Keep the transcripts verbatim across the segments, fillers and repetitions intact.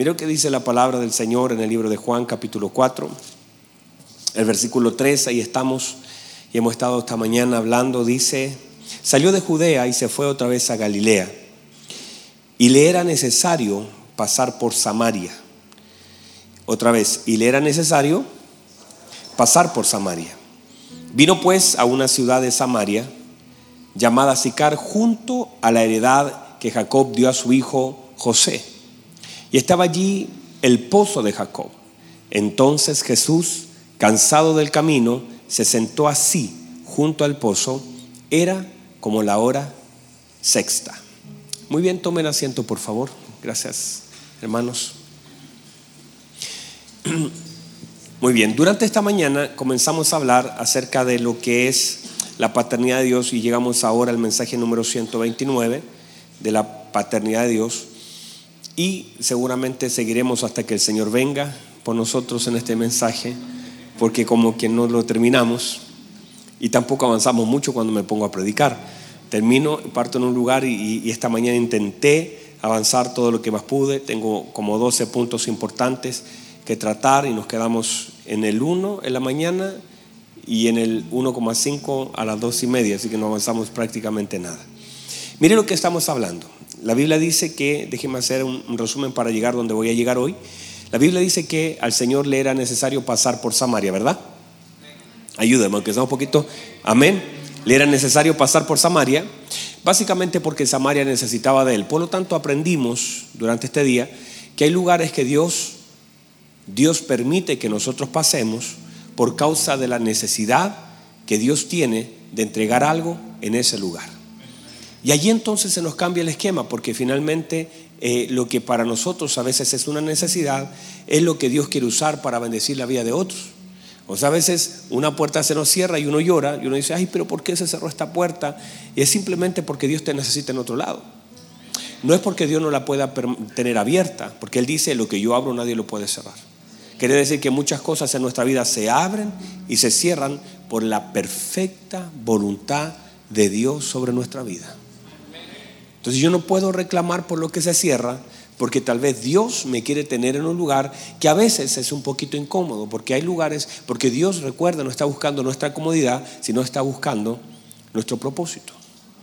Mira lo que dice la palabra del Señor en el libro de Juan, capítulo cuatro, el versículo tres. Ahí estamos y hemos estado esta mañana hablando. Dice: salió de Judea y se fue otra vez a Galilea, y le era necesario pasar por Samaria. Otra vez, y le era necesario pasar por Samaria. Vino pues a una ciudad de Samaria llamada Sicar, junto a la heredad que Jacob dio a su hijo José. Y estaba allí el pozo de Jacob. Entonces Jesús, cansado del camino, se sentó así junto al pozo. Era como la hora sexta. Muy bien, tomen asiento, por favor. Gracias, hermanos. Muy bien, durante esta mañana comenzamos a hablar acerca de lo que es la paternidad de Dios, y llegamos ahora al mensaje número ciento veintinueve de la paternidad de Dios, y seguramente seguiremos hasta que el Señor venga por nosotros en este mensaje, porque como que no lo terminamos y tampoco avanzamos mucho cuando me pongo a predicar. Termino, parto en un lugar y, y esta mañana intenté avanzar todo lo que más pude. Tengo como doce puntos importantes que tratar y nos quedamos en el uno en la mañana y en el uno coma cinco a las dos y media, así que no avanzamos prácticamente nada. Mire lo que estamos hablando. La Biblia dice que, déjeme hacer un, un resumen para llegar donde voy a llegar hoy. La Biblia dice que al Señor le era necesario pasar por Samaria, ¿verdad? Ayúdame, aunque sea un poquito. Amén. Le era necesario pasar por Samaria, básicamente porque Samaria necesitaba de él. Por lo tanto, aprendimos durante este día que hay lugares que Dios Dios permite que nosotros pasemos por causa de la necesidad que Dios tiene de entregar algo en ese lugar. Y allí entonces se nos cambia el esquema, porque finalmente eh, lo que para nosotros a veces es una necesidad es lo que Dios quiere usar para bendecir la vida de otros. O sea, a veces una puerta se nos cierra y uno llora y uno dice: ay, pero ¿por qué se cerró esta puerta? Y es simplemente porque Dios te necesita en otro lado. No es porque Dios no la pueda tener abierta, porque Él dice: lo que yo abro nadie lo puede cerrar. Quiere decir que muchas cosas en nuestra vida se abren y se cierran por la perfecta voluntad de Dios sobre nuestra vida. Entonces yo no puedo reclamar por lo que se cierra, porque tal vez Dios me quiere tener en un lugar que a veces es un poquito incómodo, porque hay lugares, porque Dios, recuerda, no está buscando nuestra comodidad, sino está buscando nuestro propósito.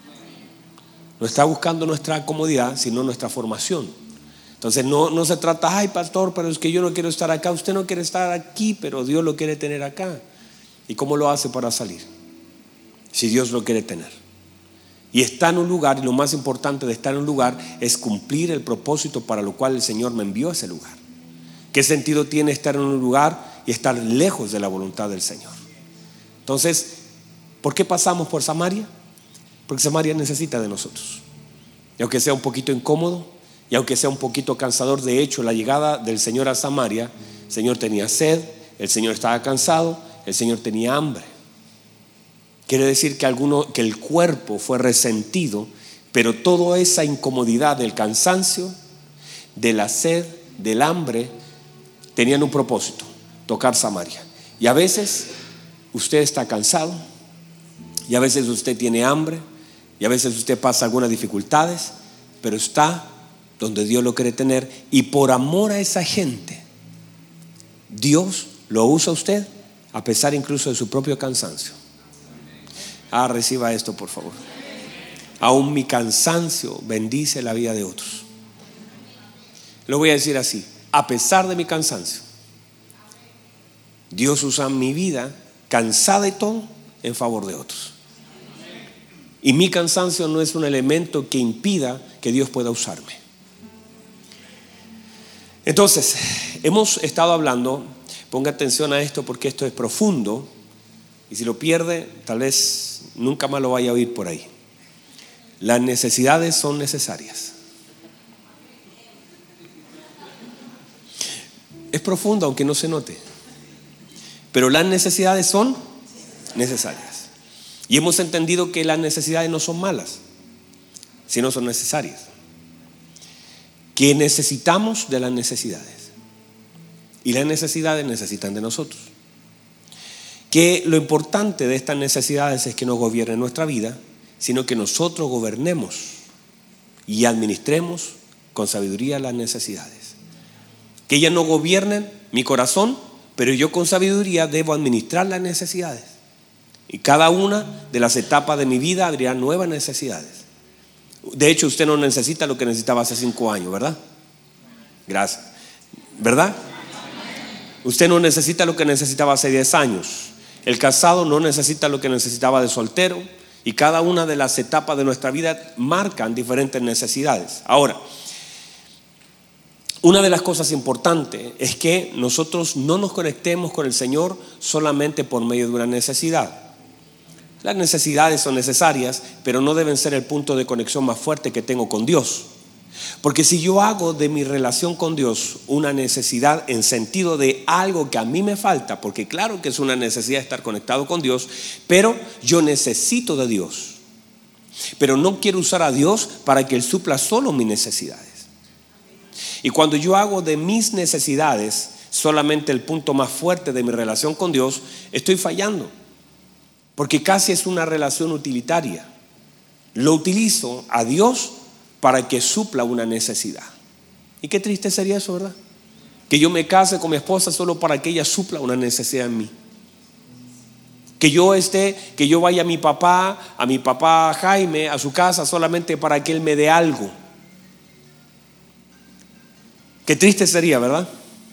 No está buscando nuestra comodidad, sino nuestra formación. Entonces no, no se trata: ay, pastor, pero es que yo no quiero estar acá. Usted no quiere estar aquí, pero Dios lo quiere tener acá. ¿Y cómo lo hace para salir? Si Dios lo quiere tener. Y está en un lugar, y lo más importante de estar en un lugar es cumplir el propósito para lo cual el Señor me envió a ese lugar. ¿Qué sentido tiene estar en un lugar y estar lejos de la voluntad del Señor? Entonces, ¿por qué pasamos por Samaria? Porque Samaria necesita de nosotros. Y aunque sea un poquito incómodo, y aunque sea un poquito cansador, de hecho la llegada del Señor a Samaria, el Señor tenía sed, el Señor estaba cansado, el Señor tenía hambre. Quiere decir que, alguno, que el cuerpo fue resentido, pero toda esa incomodidad del cansancio, de la sed, del hambre, tenían un propósito: tocar Samaria. Y a veces usted está cansado, y a veces usted tiene hambre, y a veces usted pasa algunas dificultades, pero está donde Dios lo quiere tener, y por amor a esa gente Dios lo usa a usted a pesar incluso de su propio cansancio. Ah, reciba esto, por favor. Aún mi cansancio bendice la vida de otros. Lo voy a decir así: a pesar de mi cansancio, Dios usa mi vida, cansada y todo, en favor de otros. Y mi cansancio no es un elemento que impida que Dios pueda usarme. Entonces, hemos estado hablando, ponga atención a esto porque esto es profundo, y si lo pierde, tal vez nunca más lo vaya a oír por ahí. Las necesidades son necesarias. Es profundo aunque no se note, pero las necesidades son necesarias. Y hemos entendido que las necesidades no son malas, sino son necesarias. Que necesitamos de las necesidades, y las necesidades necesitan de nosotros. Que lo importante de estas necesidades es que no gobiernen nuestra vida, sino que nosotros gobernemos y administremos con sabiduría las necesidades. Que ellas no gobiernen mi corazón, pero yo con sabiduría debo administrar las necesidades. Y cada una de las etapas de mi vida habría nuevas necesidades. De hecho, usted no necesita lo que necesitaba hace cinco años, ¿verdad? Gracias. ¿Verdad? Usted no necesita lo que necesitaba hace diez años. El casado no necesita lo que necesitaba de soltero. Y cada una de las etapas de nuestra vida marcan diferentes necesidades. Ahora, una de las cosas importantes es que nosotros no nos conectemos con el Señor solamente por medio de una necesidad. Las necesidades son necesarias, pero no deben ser el punto de conexión más fuerte que tengo con Dios. Porque si yo hago de mi relación con Dios una necesidad en sentido de algo que a mí me falta, porque claro que es una necesidad estar conectado con Dios, pero yo necesito de Dios. Pero no quiero usar a Dios para que Él supla solo mis necesidades. Y cuando yo hago de mis necesidades solamente el punto más fuerte de mi relación con Dios, estoy fallando. Porque casi es una relación utilitaria. Lo utilizo a Dios para que supla una necesidad. Y qué triste sería eso, ¿verdad? Que yo me case con mi esposa solo para que ella supla una necesidad en mí. Que yo esté, que yo vaya a mi papá, a mi papá Jaime, a su casa solamente para que él me dé algo. Qué triste sería, ¿verdad?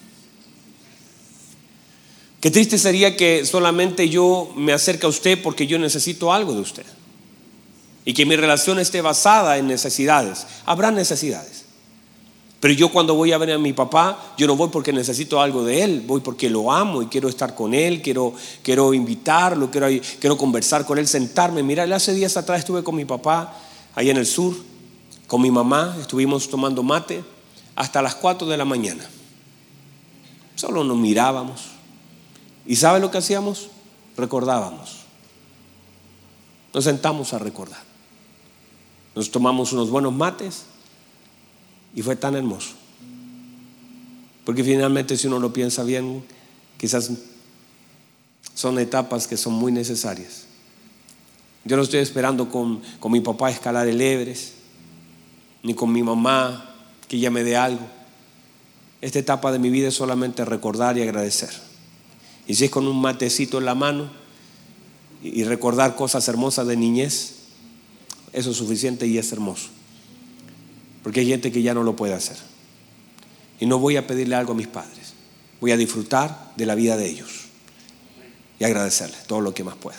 Qué triste sería que solamente yo me acerque a usted porque yo necesito algo de usted. Y que mi relación esté basada en necesidades. Habrá necesidades. Pero yo cuando voy a ver a mi papá, yo no voy porque necesito algo de él. Voy porque lo amo y quiero estar con él. Quiero, quiero invitarlo, quiero, quiero conversar con él, sentarme. Mira, hace días atrás estuve con mi papá allá en el sur. Con mi mamá estuvimos tomando mate hasta las cuatro de la mañana. Solo nos mirábamos. ¿Y sabe lo que hacíamos? Recordábamos. Nos sentamos a recordar. Nos tomamos unos buenos mates y fue tan hermoso. Porque finalmente, si uno lo piensa bien, quizás son etapas que son muy necesarias. Yo no estoy esperando con, con mi papá escalar el Everest, ni con mi mamá que ella me dé algo. Esta etapa de mi vida es solamente recordar y agradecer. Y si es con un matecito en la mano y recordar cosas hermosas de niñez, eso es suficiente y es hermoso. Porque hay gente que ya no lo puede hacer. Y no voy a pedirle algo a mis padres. Voy a disfrutar de la vida de ellos y agradecerles todo lo que más pueda.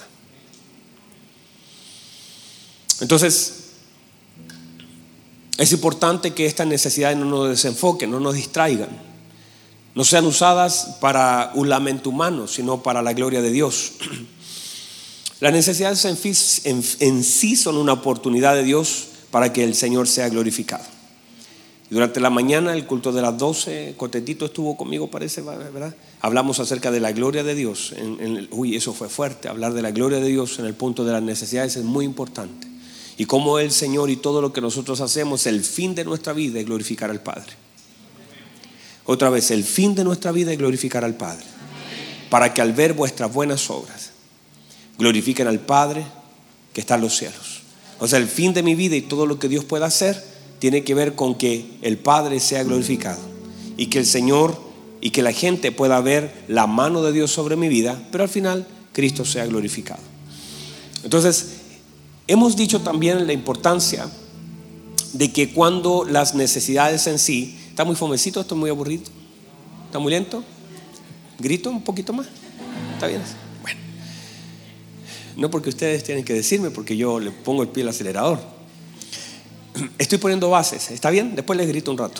Entonces, es importante que estas necesidades no nos desenfoquen, no nos distraigan. No sean usadas para un lamento humano, sino para la gloria de Dios. Las necesidades en, en, en sí son una oportunidad de Dios para que el Señor sea glorificado. Y durante la mañana, el culto de las doce, Cotetito estuvo conmigo, parece, ¿verdad? Hablamos acerca de la gloria de Dios. En, en el, uy, eso fue fuerte. Hablar de la gloria de Dios en el punto de las necesidades es muy importante. Y cómo el Señor y todo lo que nosotros hacemos, el fin de nuestra vida es glorificar al Padre. Otra vez, el fin de nuestra vida es glorificar al Padre. Para que al ver vuestras buenas obras glorifiquen al Padre que está en los cielos. O sea, el fin de mi vida y todo lo que Dios pueda hacer tiene que ver con que el Padre sea glorificado y que el Señor y que la gente pueda ver la mano de Dios sobre mi vida, pero al final Cristo sea glorificado. Entonces, hemos dicho también la importancia de que cuando las necesidades en sí, ¿está muy fomecito? ¿Esto es muy aburrido? ¿Está muy lento? ¿Grito un poquito más? ¿Está bien? Bueno, no porque ustedes tienen que decirme, porque yo le pongo el pie al acelerador. Estoy poniendo bases, ¿está bien? Después les grito un rato.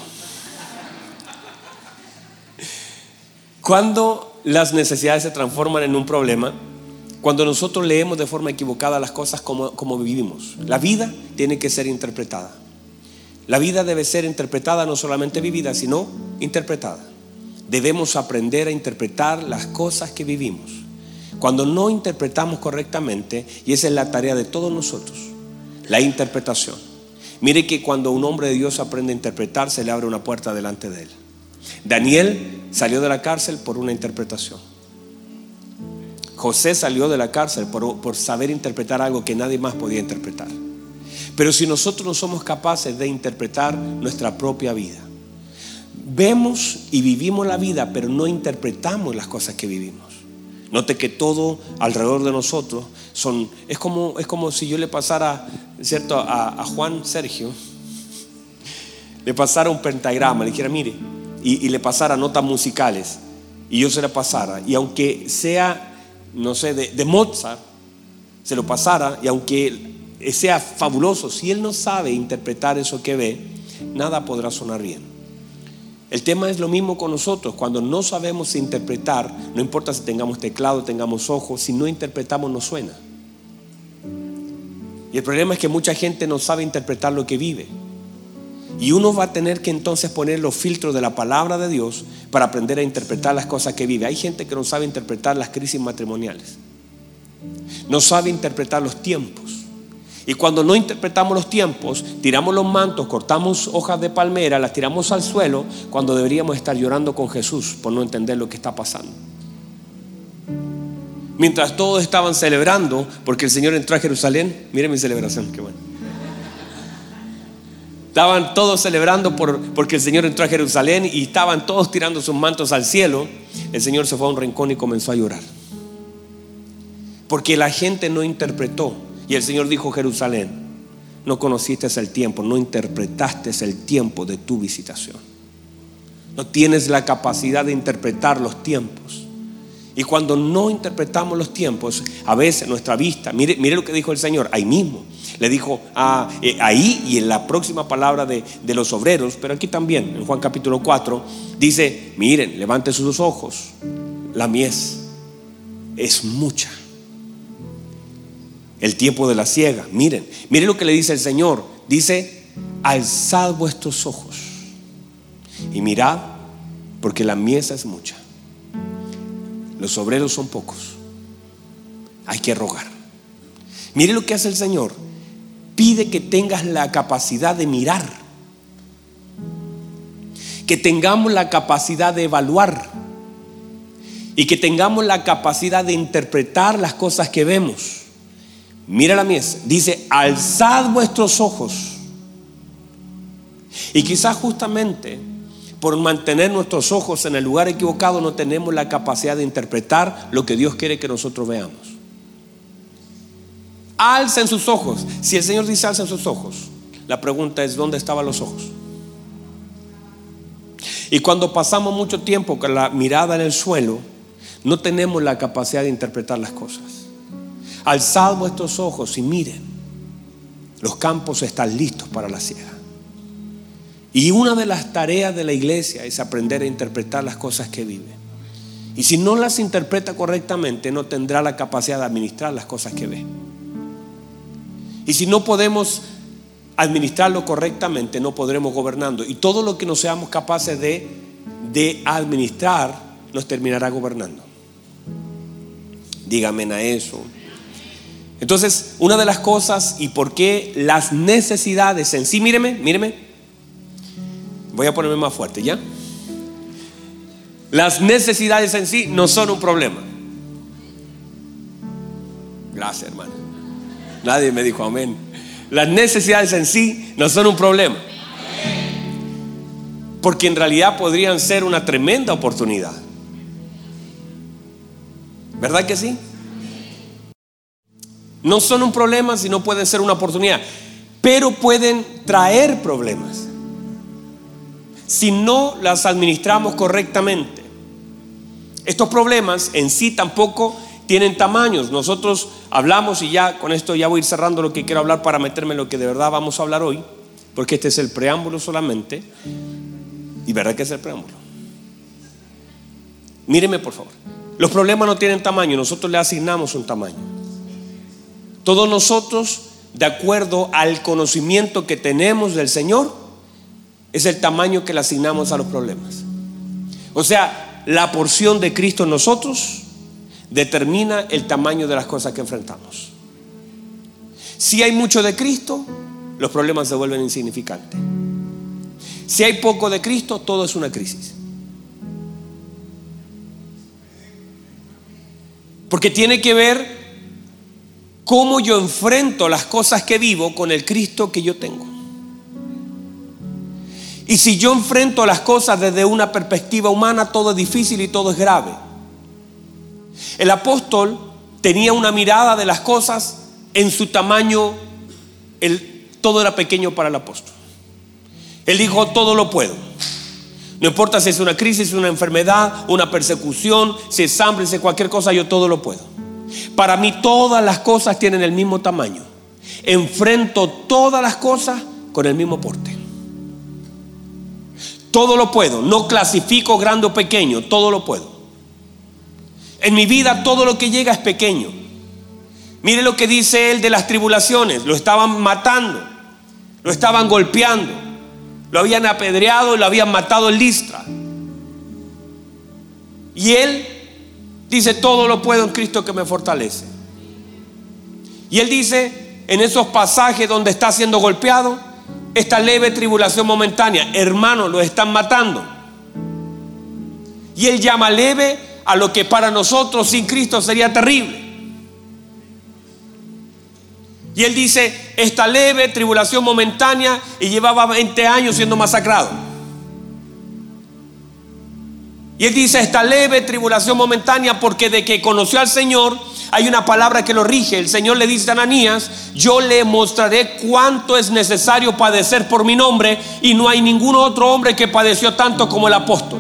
Cuando las necesidades se transforman en un problema, cuando nosotros leemos de forma equivocada las cosas como, como vivimos, la vida tiene que ser interpretada. La vida debe ser interpretada, no solamente vivida, sino interpretada. Debemos aprender a interpretar las cosas que vivimos. Cuando no interpretamos correctamente, y esa es la tarea de todos nosotros, la interpretación. Mire que cuando un hombre de Dios aprende a interpretar, se le abre una puerta delante de él. Daniel salió de la cárcel por una interpretación. José salió de la cárcel por, por saber interpretar algo que nadie más podía interpretar. Pero si nosotros no somos capaces de interpretar nuestra propia vida, vemos y vivimos la vida, pero no interpretamos las cosas que vivimos. Note que todo alrededor de nosotros son, es como, es como si yo le pasara, ¿cierto?, a, a Juan Sergio, le pasara un pentagrama, le dijera, mire, y, y le pasara notas musicales, y yo se la pasara, y aunque sea, no sé, de, de Mozart, se lo pasara, y aunque sea fabuloso, si él no sabe interpretar eso que ve, nada podrá sonar bien. El tema es lo mismo con nosotros. Cuando no sabemos interpretar, no importa si tengamos teclado, tengamos ojos, si no interpretamos no suena. Y el problema es que mucha gente no sabe interpretar lo que vive. Y uno va a tener que entonces poner los filtros de la palabra de Dios para aprender a interpretar las cosas que vive. Hay gente que no sabe interpretar las crisis matrimoniales, no sabe interpretar los tiempos. Y cuando no interpretamos los tiempos, tiramos los mantos, cortamos hojas de palmera, las tiramos al suelo, cuando deberíamos estar llorando con Jesús por no entender lo que está pasando. Mientras todos estaban celebrando porque el Señor entró a Jerusalén, miren mi celebración, qué bueno. Estaban todos celebrando por, porque el Señor entró a Jerusalén y estaban todos tirando sus mantos al cielo. El Señor se fue a un rincón y comenzó a llorar, porque la gente no interpretó. Y el Señor dijo: Jerusalén, no conociste el tiempo, no interpretaste el tiempo de tu visitación. No tienes la capacidad de interpretar los tiempos. Y cuando no interpretamos los tiempos, a veces nuestra vista, mire, mire lo que dijo el Señor ahí mismo. Le dijo ah, eh, ahí y en la próxima palabra de, de los obreros, pero aquí también en Juan capítulo cuatro, dice: miren, levante sus ojos, la mies es mucha, el tiempo de la siega. Miren, miren lo que le dice el Señor. Dice: alzad vuestros ojos y mirad, porque la mies es mucha, los obreros son pocos, hay que rogar. Mire lo que hace el Señor. Pide que tengas la capacidad de mirar, que tengamos la capacidad de evaluar y que tengamos la capacidad de interpretar las cosas que vemos. Mira la mies, dice: alzad vuestros ojos. Y quizás justamente por mantener nuestros ojos en el lugar equivocado no tenemos la capacidad de interpretar lo que Dios quiere que nosotros veamos. Alcen sus ojos. Si el Señor dice alcen sus ojos, la pregunta es: ¿dónde estaban los ojos? Y cuando pasamos mucho tiempo con la mirada en el suelo, no tenemos la capacidad de interpretar las cosas. Alzad vuestros ojos y miren, los campos están listos para la siega. Y una de las tareas de la iglesia es aprender a interpretar las cosas que vive. Y si no las interpreta correctamente, no tendrá la capacidad de administrar las cosas que ve. Y si no podemos administrarlo correctamente, no podremos gobernando. Y todo lo que no seamos capaces de, de administrar nos terminará gobernando. Dígame a eso. Entonces, una de las cosas, y por qué las necesidades en sí, míreme, míreme, voy a ponerme más fuerte, ¿ya? Las necesidades en sí no son un problema. Gracias, hermano. Nadie me dijo amén. Las necesidades en sí no son un problema, porque en realidad podrían ser una tremenda oportunidad. ¿Verdad que sí? No son un problema, sino pueden ser una oportunidad, pero pueden traer problemas si no las administramos correctamente. Estos problemas en sí tampoco tienen tamaños. Nosotros hablamos, y ya con esto ya voy a ir cerrando lo que quiero hablar para meterme en lo que de verdad vamos a hablar hoy, porque este es el preámbulo solamente. Y verdad que es el preámbulo. Míreme por favor. Los problemas no tienen tamaño, nosotros le asignamos un tamaño. Todos nosotros, de acuerdo al conocimiento que tenemos del Señor, es el tamaño que le asignamos a los problemas. O sea, la porción de Cristo en nosotros determina el tamaño de las cosas que enfrentamos. Si hay mucho de Cristo, los problemas se vuelven insignificantes. Si hay poco de Cristo, todo es una crisis. Porque tiene que ver cómo yo enfrento las cosas que vivo con el Cristo que yo tengo. Y si yo enfrento las cosas desde una perspectiva humana, todo es difícil y todo es grave. El apóstol tenía una mirada de las cosas en su tamaño. El, todo era pequeño para el apóstol. Él dijo: todo lo puedo. No importa si es una crisis, una enfermedad, una persecución, si es hambre, si es cualquier cosa, yo todo lo puedo. Para mí todas las cosas tienen el mismo tamaño. Enfrento todas las cosas con el mismo porte. Todo lo puedo. No clasifico grande o pequeño, todo lo puedo. En mi vida todo lo que llega es pequeño. Mire lo que dice él de las tribulaciones. Lo estaban matando, lo estaban golpeando, lo habían apedreado y lo habían matado en Listra. Y él dice: todo lo puedo en Cristo que me fortalece. Y él dice en esos pasajes donde está siendo golpeado: esta leve tribulación momentánea, hermanos, lo están matando. Y él llama leve a lo que para nosotros sin Cristo sería terrible. Y él dice: esta leve tribulación momentánea, y llevaba veinte años siendo masacrado. Y él dice: esta leve tribulación momentánea, porque de que conoció al Señor hay una palabra que lo rige. El Señor le dice a Ananías: yo le mostraré cuánto es necesario padecer por mi nombre, y no hay ningún otro hombre que padeció tanto como el apóstol.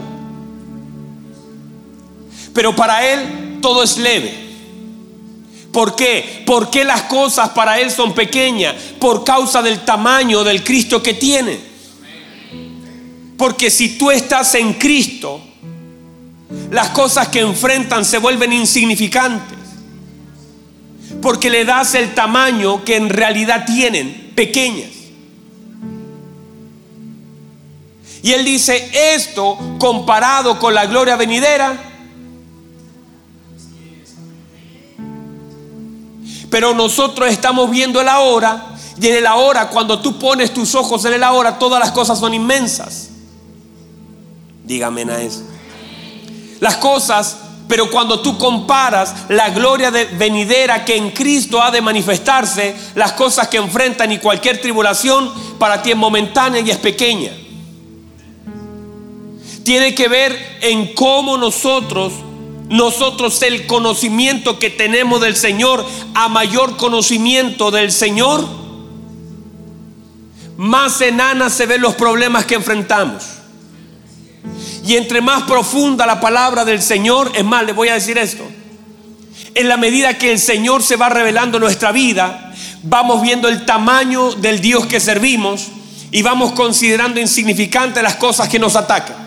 Pero para él todo es leve. ¿Por qué? Porque las cosas para él son pequeñas por causa del tamaño del Cristo que tiene. Porque si tú estás en Cristo, las cosas que enfrentan se vuelven insignificantes, porque le das el tamaño que en realidad tienen, pequeñas. Y él dice: esto comparado con la gloria venidera. Pero nosotros estamos viendo el ahora, y en el ahora, cuando tú pones tus ojos en el ahora, todas las cosas son inmensas. Dígame a eso. Las cosas, pero cuando tú comparas la gloria de venidera que en Cristo ha de manifestarse, las cosas que enfrentan y cualquier tribulación para ti es momentánea y es pequeña. Tiene que ver en cómo nosotros Nosotros el conocimiento que tenemos del Señor, a mayor conocimiento del Señor, más enanas se ven los problemas que enfrentamos. Y entre más profunda la palabra del Señor, es más, les voy a decir esto: en la medida que el Señor se va revelando en nuestra vida, vamos viendo el tamaño del Dios que servimos y vamos considerando insignificantes las cosas que nos atacan.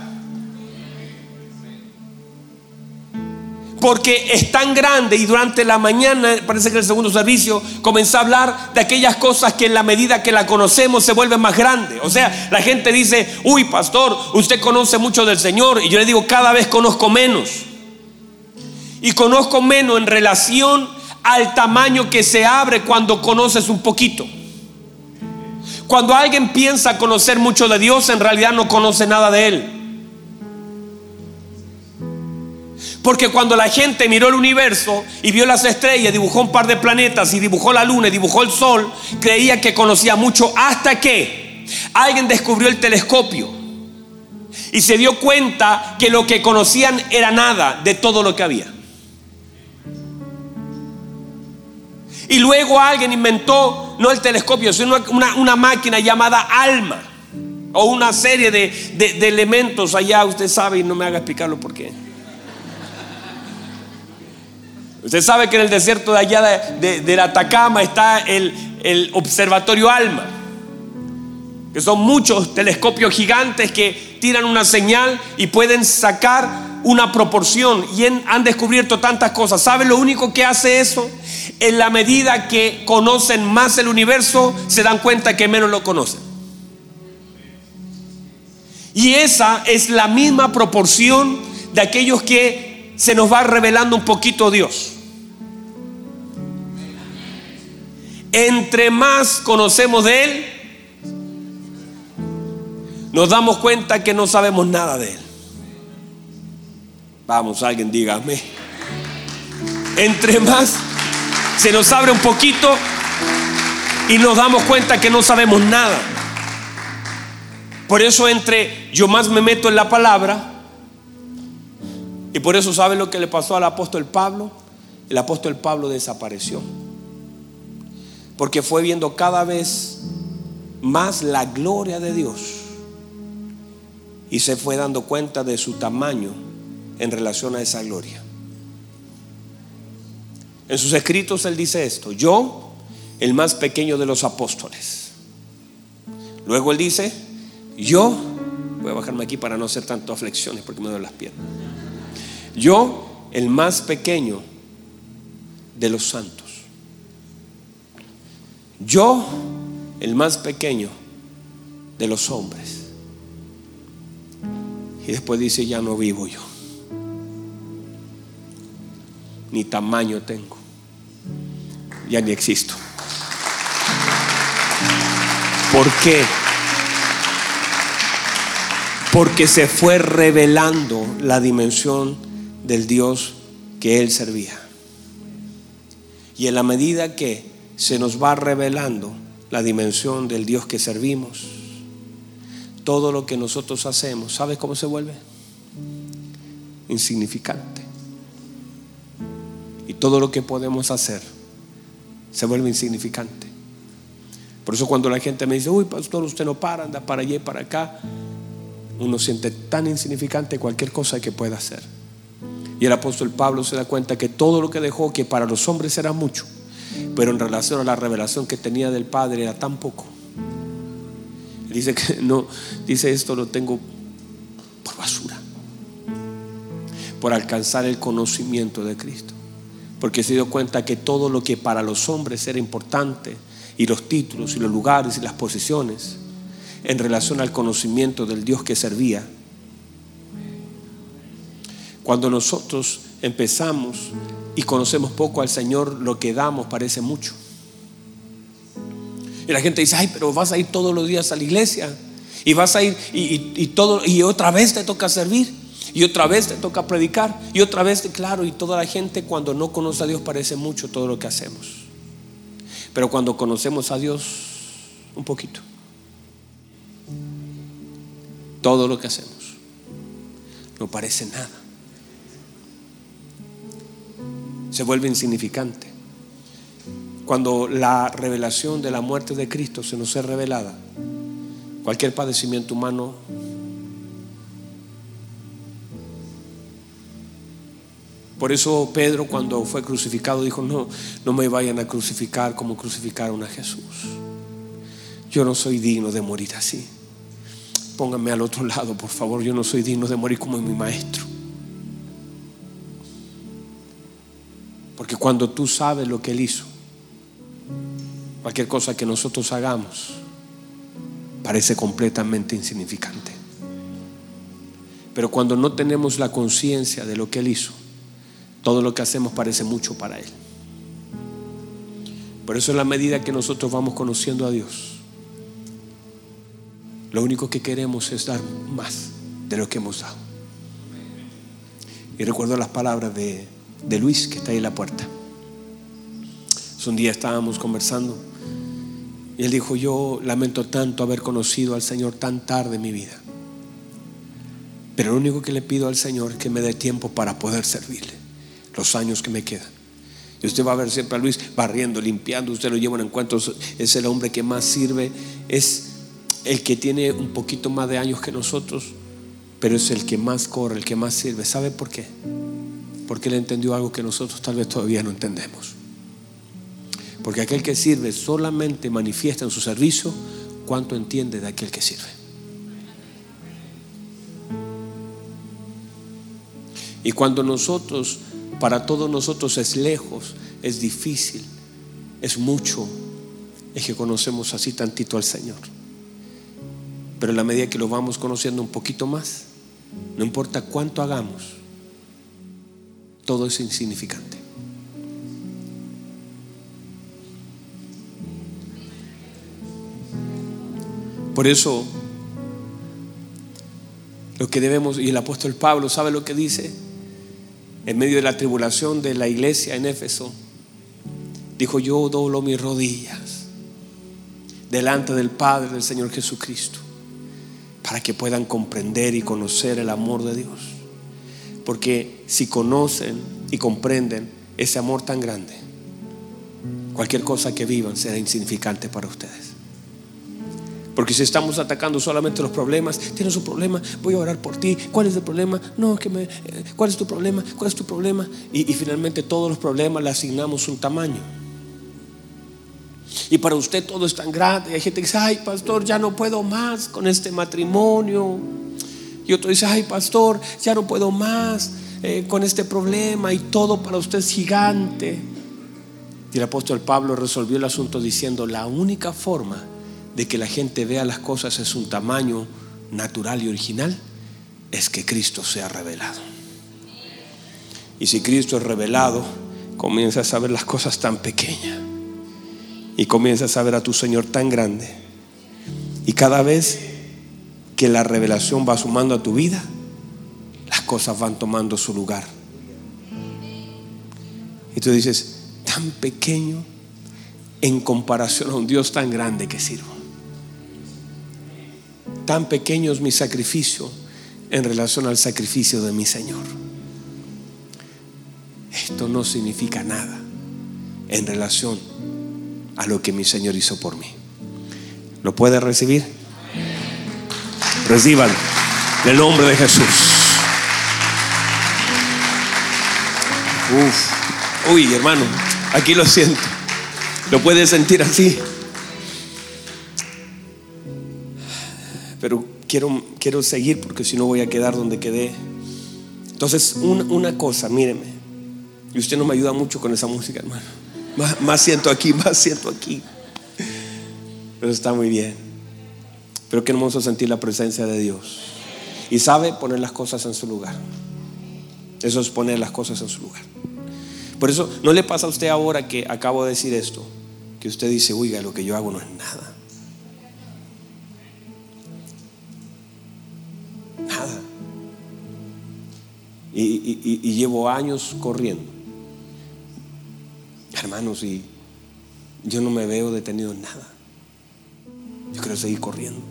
Porque es tan grande. Y durante la mañana, parece que el segundo servicio, comencé a hablar de aquellas cosas que en la medida que la conocemos se vuelven más grandes. O sea, la gente dice: uy, pastor, usted conoce mucho del Señor. Y yo le digo: cada vez conozco menos. Y conozco menos en relación al tamaño que se abre cuando conoces un poquito. Cuando alguien piensa conocer mucho de Dios, en realidad no conoce nada de Él. Porque cuando la gente miró el universo y vio las estrellas, dibujó un par de planetas y dibujó la luna y dibujó el sol, creía que conocía mucho, hasta que alguien descubrió el telescopio y se dio cuenta que lo que conocían era nada de todo lo que había. Y luego alguien inventó, no el telescopio, sino una, una máquina llamada ALMA, o una serie de, de, de elementos allá. Usted sabe, y no me haga explicarlo por qué. Usted sabe que en el desierto de allá de, de, de Atacama está el, el observatorio ALMA, que son muchos telescopios gigantes que tiran una señal y pueden sacar una proporción, y en, han descubierto tantas cosas. ¿Sabe lo único que hace eso? En la medida que conocen más el universo, se dan cuenta que menos lo conocen. Y esa es la misma proporción de aquellos que se nos va revelando un poquito Dios. Entre más conocemos de Él, nos damos cuenta que no sabemos nada de Él. Vamos, alguien dígame. Entre más se nos abre un poquito y nos damos cuenta que no sabemos nada. Por eso entre yo más me meto en la palabra, y por eso ¿sabe lo que le pasó al apóstol Pablo? El apóstol Pablo desapareció, porque fue viendo cada vez más la gloria de Dios y se fue dando cuenta de su tamaño en relación a esa gloria. En sus escritos él dice esto: yo, el más pequeño de los apóstoles. Luego él dice: yo, voy a bajarme aquí para no hacer tantas flexiones porque me duelen las piernas. Yo, el más pequeño de los santos. Yo, el más pequeño de los hombres. Y después dice: ya no vivo yo, ni tamaño tengo, ya ni existo. ¿Por qué? Porque se fue revelando la dimensión del Dios que él servía. Y en la medida que se nos va revelando la dimensión del Dios que servimos, todo lo que nosotros hacemos, ¿sabes cómo se vuelve? Insignificante. Y todo lo que podemos hacer se vuelve insignificante. Por eso cuando la gente me dice: uy, pastor, usted no para, anda para allá y para acá, uno siente tan insignificante cualquier cosa que pueda hacer. Y el apóstol Pablo se da cuenta que todo lo que dejó, que para los hombres era mucho, pero en relación a la revelación que tenía del Padre era tan poco. Dice que no, dice: esto lo tengo por basura, por alcanzar el conocimiento de Cristo. Porque se dio cuenta que todo lo que para los hombres era importante, y los títulos y los lugares y las posiciones, en relación al conocimiento del Dios que servía, cuando nosotros empezamos y conocemos poco al Señor, lo que damos parece mucho. Y la gente dice: ay, pero vas a ir todos los días a la iglesia, y vas a ir y, y, y todo, y otra vez te toca servir, y otra vez te toca predicar, y otra vez, claro. Y toda la gente, cuando no conoce a Dios, parece mucho todo lo que hacemos. Pero cuando conocemos a Dios un poquito, todo lo que hacemos no parece nada, se vuelve insignificante. Cuando la revelación de la muerte de Cristo se nos es revelada, cualquier padecimiento humano Por eso Pedro, cuando fue crucificado, dijo: no, no me vayan a crucificar como crucificaron a Jesús. Yo no soy digno de morir así. Pónganme al otro lado, por favor. Yo no soy digno de morir como mi maestro. Porque cuando tú sabes lo que Él hizo, cualquier cosa que nosotros hagamos parece completamente insignificante. Pero cuando no tenemos la conciencia de lo que Él hizo, todo lo que hacemos parece mucho para Él. Por eso, en la medida que nosotros vamos conociendo a Dios, lo único que queremos es dar más de lo que hemos dado. Y recuerdo las palabras de, de Luis, que está ahí en la puerta. Un día estábamos conversando y él dijo: yo lamento tanto haber conocido al Señor tan tarde en mi vida, pero lo único que le pido al Señor es que me dé tiempo para poder servirle los años que me quedan. Y usted va a ver siempre a Luis barriendo, limpiando. Usted lo lleva en encuentro. Es el hombre que más sirve. Es el que tiene un poquito más de años que nosotros, pero es el que más corre, el que más sirve. ¿Sabe por qué? Porque él entendió algo que nosotros tal vez todavía no entendemos. Porque aquel que sirve solamente manifiesta en su servicio cuánto entiende de aquel que sirve. Y cuando nosotros, para todos nosotros es lejos, es difícil, es mucho, es que conocemos así tantito al Señor. Pero en la medida que lo vamos conociendo un poquito más, no importa cuánto hagamos, todo es insignificante. Por eso, lo que debemos, y el apóstol Pablo, ¿sabe lo que dice? En medio de la tribulación de la iglesia en Éfeso, dijo: yo doblo mis rodillas delante del Padre del Señor Jesucristo, para que puedan comprender y conocer el amor de Dios. Porque si conocen y comprenden ese amor tan grande, cualquier cosa que vivan será insignificante para ustedes. Porque si estamos atacando solamente los problemas, tienes un problema, voy a orar por ti. ¿Cuál es el problema? No, que me, ¿cuál es tu problema? ¿Cuál es tu problema? Y, y finalmente todos los problemas le asignamos un tamaño. Y para usted todo es tan grande. Hay gente que dice: ay, pastor, ya no puedo más con este matrimonio. Y otro dice: ay, pastor, ya no puedo más eh, con este problema. Y todo para usted es gigante. Y el apóstol Pablo resolvió el asunto diciendo: la única forma de que la gente vea las cosas en su tamaño natural y original es que Cristo sea revelado. Y si Cristo es revelado, comienzas a ver las cosas tan pequeñas y comienzas a ver a tu Señor tan grande. Y cada vez que la revelación va sumando a tu vida, las cosas van tomando su lugar. Y tú dices: tan pequeño en comparación a un Dios tan grande que sirvo. Tan pequeño es mi sacrificio en relación al sacrificio de mi Señor. Esto no significa nada en relación a lo que mi Señor hizo por mí. ¿Lo puede recibir? Reciban en el nombre de Jesús. Uf. Uy, hermano, aquí lo siento. ¿Lo puede sentir así? Pero quiero, quiero seguir, porque si no voy a quedar donde quedé. Entonces, una, una cosa, míreme. Y usted no me ayuda mucho con esa música, hermano. Más, más siento aquí, más siento aquí. Pero está muy bien. Pero qué hermoso sentir la presencia de Dios. Y sabe poner las cosas en su lugar. Eso es poner las cosas en su lugar. Por eso no le pasa a usted ahora que acabo de decir esto, que usted dice: oiga, lo que yo hago no es nada. Nada. Y, y, y llevo años corriendo, hermanos, y yo no me veo detenido en nada. Yo quiero seguir corriendo.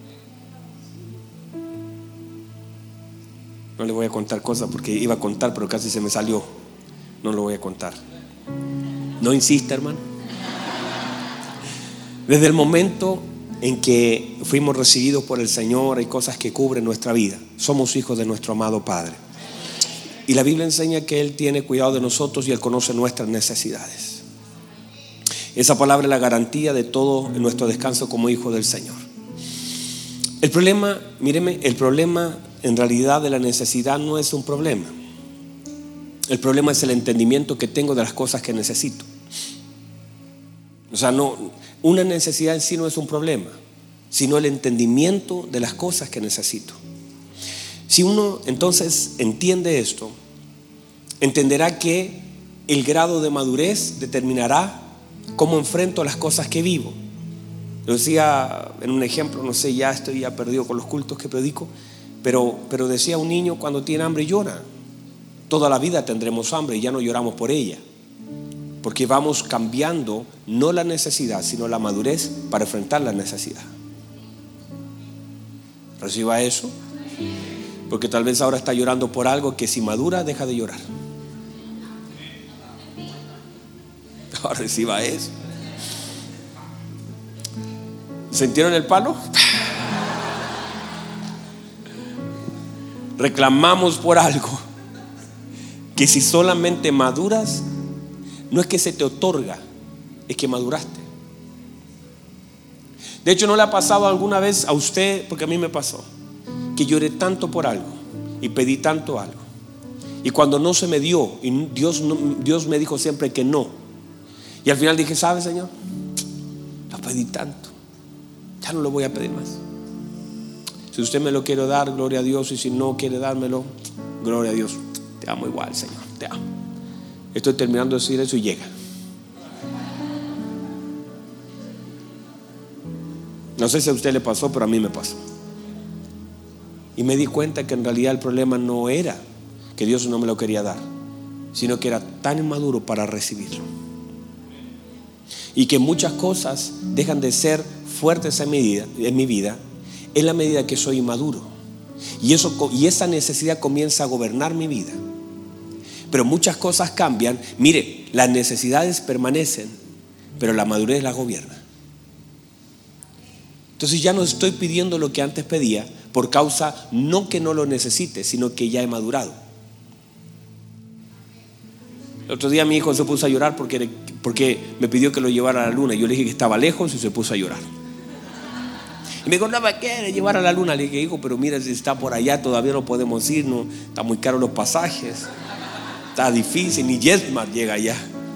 No le voy a contar cosas porque iba a contar, pero casi se me salió. No lo voy a contar. No insista, hermano. Desde el momento en que fuimos recibidos por el Señor, hay cosas que cubren nuestra vida. Somos hijos de nuestro amado Padre. Y la Biblia enseña que Él tiene cuidado de nosotros y Él conoce nuestras necesidades. Esa palabra es la garantía de todo nuestro descanso como hijos del Señor. El problema, míreme, el problema en realidad de la necesidad no es un problema. El problema es el entendimiento que tengo de las cosas que necesito. O sea, no, una necesidad en sí no es un problema, sino el entendimiento de las cosas que necesito. Si uno entonces entiende esto, entenderá que el grado de madurez determinará cómo enfrento las cosas que vivo. Lo decía en un ejemplo, no sé, ya estoy ya perdido con los cultos que predico, pero, pero decía: un niño cuando tiene hambre llora. Toda la vida tendremos hambre y ya no lloramos por ella, porque vamos cambiando no la necesidad, sino la madurez para enfrentar la necesidad. ¿Reciba eso? Porque tal vez ahora está llorando por algo que si madura deja de llorar. Ahora reciba eso. ¿Sintieron el palo? Reclamamos por algo que si solamente maduras, no es que se te otorga, es que maduraste. De hecho, ¿no le ha pasado alguna vez a usted? Porque a mí me pasó, que lloré tanto por algo y pedí tanto algo, y cuando no se me dio, y Dios, no, Dios me dijo siempre que no, y al final dije: ¿sabe, Señor? Lo pedí tanto, ya no lo voy a pedir más. Si usted me lo quiere dar, gloria a Dios, y si no quiere dármelo, gloria a Dios. Te amo igual, Señor, te amo. Estoy terminando de decir eso y llega. No sé si a usted le pasó, pero a mí me pasó. Y me di cuenta que en realidad el problema no era que Dios no me lo quería dar, sino que era tan inmaduro para recibirlo. Y que muchas cosas dejan de ser fuertes en mi vida, en mi vida en la medida que soy inmaduro. Y, eso, y esa necesidad comienza a gobernar mi vida. Pero muchas cosas cambian. Mire, las necesidades permanecen, pero la madurez las gobierna. Entonces ya no estoy pidiendo lo que antes pedía, por causa no que no lo necesite, sino que ya he madurado. El otro día mi hijo se puso a llorar porque, porque me pidió que lo llevara a la luna. Yo le dije que estaba lejos y se puso a llorar. Y me dijo, no me quiere llevar a la luna. Le dije, hijo, pero mira, si está por allá todavía no podemos ir, no, está muy caro los pasajes, está difícil, ni JetSmart llega allá,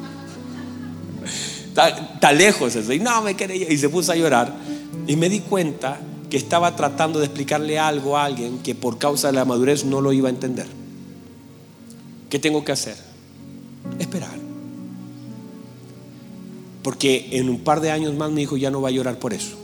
está, está lejos eso. Y no me quiere ir. Y se puso a llorar. Y me di cuenta que estaba tratando de explicarle algo a alguien que por causa de la madurez no lo iba a entender. ¿Qué tengo que hacer? Esperar. Porque en un par de años más mi hijo ya no va a llorar por eso.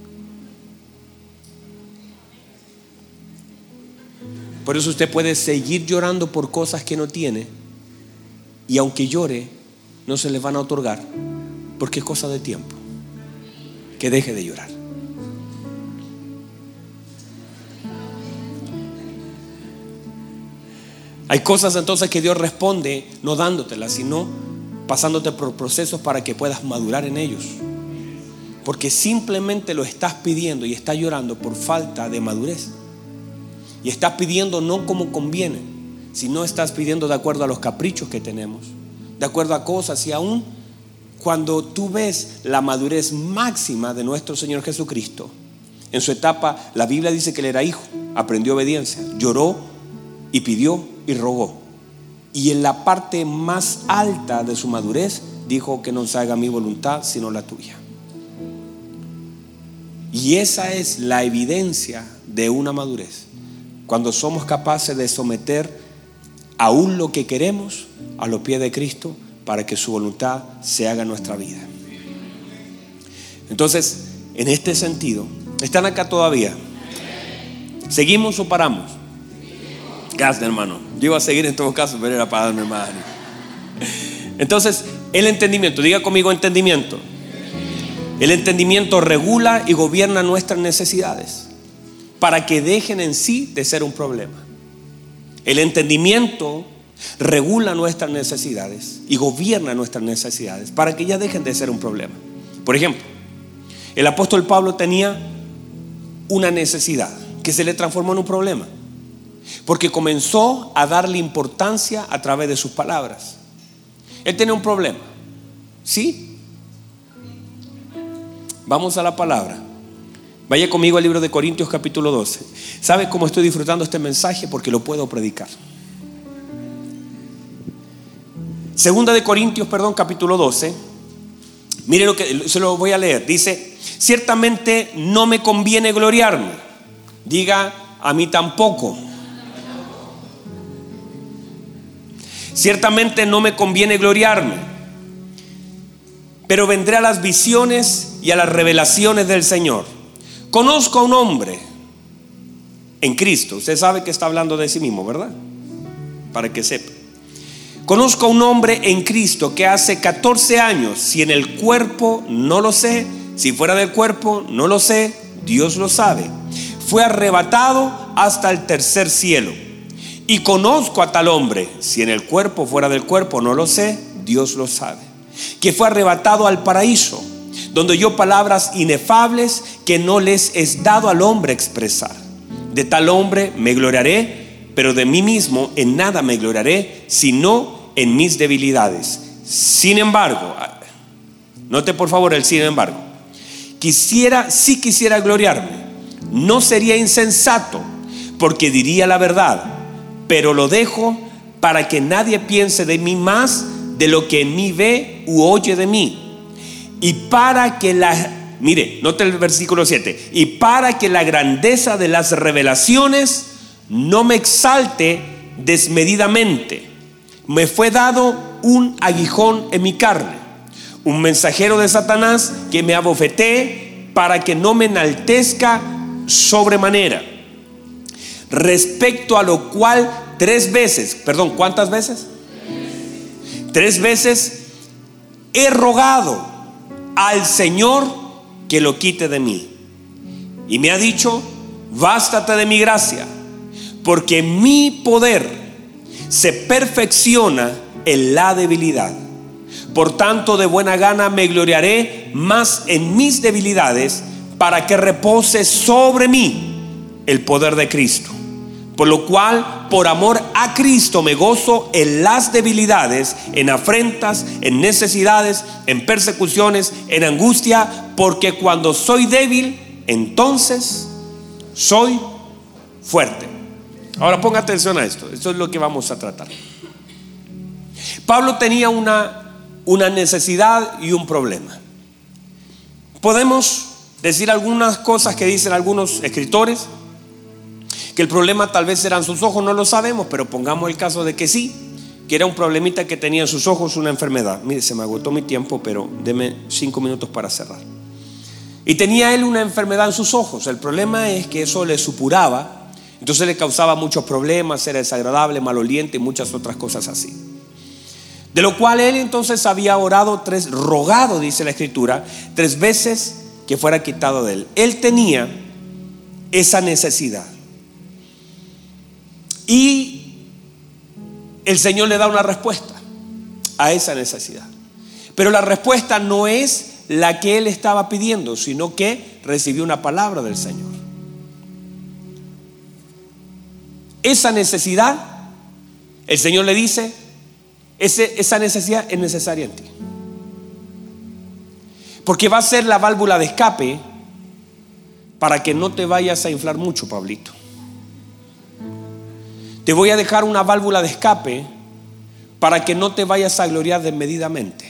Por eso usted puede seguir llorando por cosas que no tiene, y aunque llore no se les van a otorgar, porque es cosa de tiempo que deje de llorar. Hay cosas entonces que Dios responde no dándotelas, sino pasándote por procesos para que puedas madurar en ellos. Porque simplemente lo estás pidiendo y estás llorando por falta de madurez. Y estás pidiendo no como conviene, sino estás pidiendo de acuerdo a los caprichos que tenemos, de acuerdo a cosas. Y aún cuando tú ves la madurez máxima de nuestro Señor Jesucristo, en su etapa, la Biblia dice que él era hijo, aprendió obediencia, lloró y pidió y rogó. Y en la parte más alta de su madurez dijo que no se haga mi voluntad sino la tuya. Y esa es la evidencia de una madurez, cuando somos capaces de someter aún lo que queremos a los pies de Cristo para que su voluntad se haga en nuestra vida. Entonces, en este sentido, ¿están acá todavía? ¿Seguimos o paramos? Gracias, hermano. Yo iba a seguir en todo caso, pero era para darme más. Entonces, el entendimiento, diga conmigo entendimiento. El entendimiento regula y gobierna nuestras necesidades para que dejen en sí de ser un problema. El entendimiento regula nuestras necesidades y gobierna nuestras necesidades para que ya dejen de ser un problema. Por ejemplo, el apóstol Pablo tenía una necesidad que se le transformó en un problema, porque comenzó a darle importancia a través de sus palabras. Él tenía un problema, ¿sí? Vamos a la palabra. Vaya conmigo al libro de Corintios capítulo doce. ¿Sabe cómo estoy disfrutando este mensaje? Porque lo puedo predicar. Segunda de Corintios, perdón, capítulo doce. Mire lo que se lo voy a leer. Dice: ciertamente no me conviene gloriarme. Diga, a mí tampoco. Ciertamente no me conviene gloriarme, pero vendré a las visiones y a las revelaciones del Señor. Conozco a un hombre en Cristo. Usted sabe que está hablando de sí mismo, ¿verdad? Para que sepa. Conozco a un hombre en Cristo que hace catorce años, si en el cuerpo no lo sé, si fuera del cuerpo no lo sé, Dios lo sabe, fue arrebatado hasta el tercer cielo. Y conozco a tal hombre, si en el cuerpo fuera del cuerpo no lo sé, Dios lo sabe, que fue arrebatado al paraíso, donde oyó palabras inefables que no les es dado al hombre expresar. De tal hombre me gloriaré, pero de mí mismo en nada me gloriaré, sino en mis debilidades. Sin embargo, note por favor el sin embargo. Quisiera, si quisiera gloriarme, no sería insensato, porque diría la verdad, pero lo dejo para que nadie piense de mí más de lo que en mí ve u oye de mí. Y para que la, mire, note el versículo siete, y para que la grandeza de las revelaciones no me exalte desmedidamente, me fue dado un aguijón en mi carne, un mensajero de Satanás que me abofetee para que no me enaltezca sobremanera. Respecto a lo cual tres veces, perdón, ¿cuántas veces? Tres veces he rogado al Señor que lo quite de mí. Y me ha dicho: bástate de mi gracia, porque mi poder se perfecciona en la debilidad. Por tanto, de buena gana me gloriaré más en mis debilidades, para que repose sobre mí el poder de Cristo. Por lo cual, por amor a Cristo, me gozo en las debilidades, en afrentas, en necesidades, en persecuciones, en angustia, porque cuando soy débil, entonces soy fuerte. Ahora ponga atención a esto. Esto es lo que vamos a tratar. Pablo tenía una, una necesidad y un problema. Podemos decir algunas cosas que dicen algunos escritores, que el problema tal vez eran sus ojos, no lo sabemos, pero pongamos el caso de que sí, que era un problemita que tenía en sus ojos, una enfermedad. Mire, se me agotó mi tiempo, pero deme cinco minutos para cerrar. Y tenía él una enfermedad en sus ojos. El problema es que eso le supuraba, entonces le causaba muchos problemas, era desagradable, maloliente y muchas otras cosas así. De lo cual él entonces había orado tres, rogado, dice la escritura, tres veces que fuera quitado de él. Él tenía esa necesidad. Y el Señor le da una respuesta a esa necesidad. Pero la respuesta no es la que él estaba pidiendo, sino que recibió una palabra del Señor. Esa necesidad, el Señor le dice, ese, esa necesidad es necesaria en ti, porque va a ser la válvula de escape para que no te vayas a inflar mucho, Pablito. Te voy a dejar una válvula de escape para que no te vayas a gloriar desmedidamente.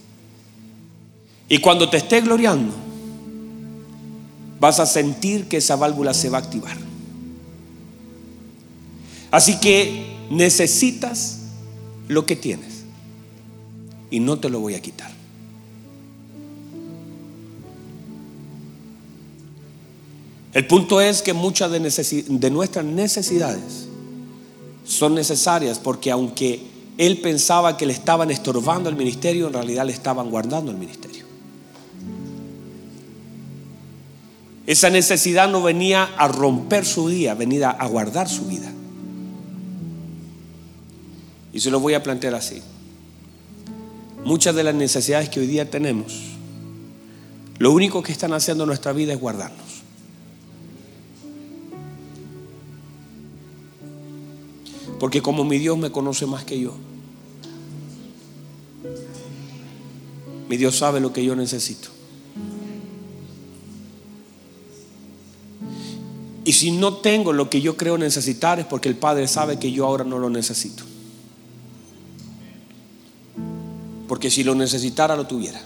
Y cuando te esté gloriando, vas a sentir que esa válvula se va a activar. Así que necesitas lo que tienes y no te lo voy a quitar. El punto es que muchas de, necesi- de nuestras necesidades son necesarias, porque aunque él pensaba que le estaban estorbando el ministerio, en realidad le estaban guardando el ministerio. Esa necesidad no venía a romper su día, venía a guardar su vida. Y se lo voy a plantear así. Muchas de las necesidades que hoy día tenemos, lo único que están haciendo en nuestra vida es guardarnos. Porque como mi Dios me conoce más que yo, mi Dios sabe lo que yo necesito. Y si no tengo lo que yo creo necesitar, es porque el Padre sabe que yo ahora no lo necesito. Porque si lo necesitara, lo tuviera.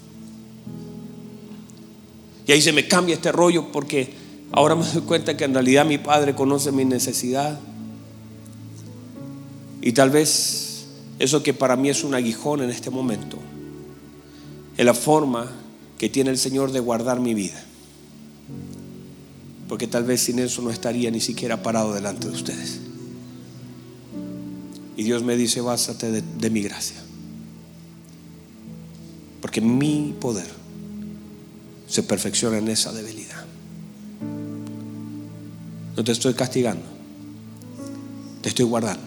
Y ahí se me cambia este rollo, porque ahora me doy cuenta que en realidad mi Padre conoce mi necesidad. Y tal vez eso que para mí es un aguijón en este momento es la forma que tiene el Señor de guardar mi vida, porque tal vez sin eso no estaría ni siquiera parado delante de ustedes. Y Dios me dice: bástate de, de mi gracia, porque mi poder se perfecciona en esa debilidad. No te estoy castigando, te estoy guardando.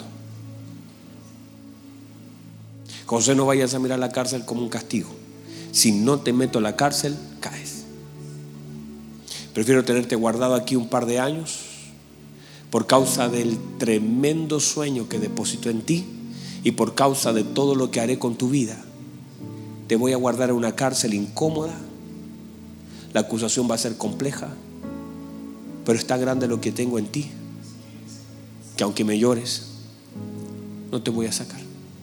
José, no vayas a mirar la cárcel como un castigo. Si no te meto en la cárcel, caes. Prefiero tenerte guardado aquí un par de años por causa del tremendo sueño que deposito en ti y por causa de todo lo que haré con tu vida. Te voy a guardar en una cárcel incómoda. La acusación va a ser compleja, pero es tan grande lo que tengo en ti que aunque me llores, no te voy a sacar.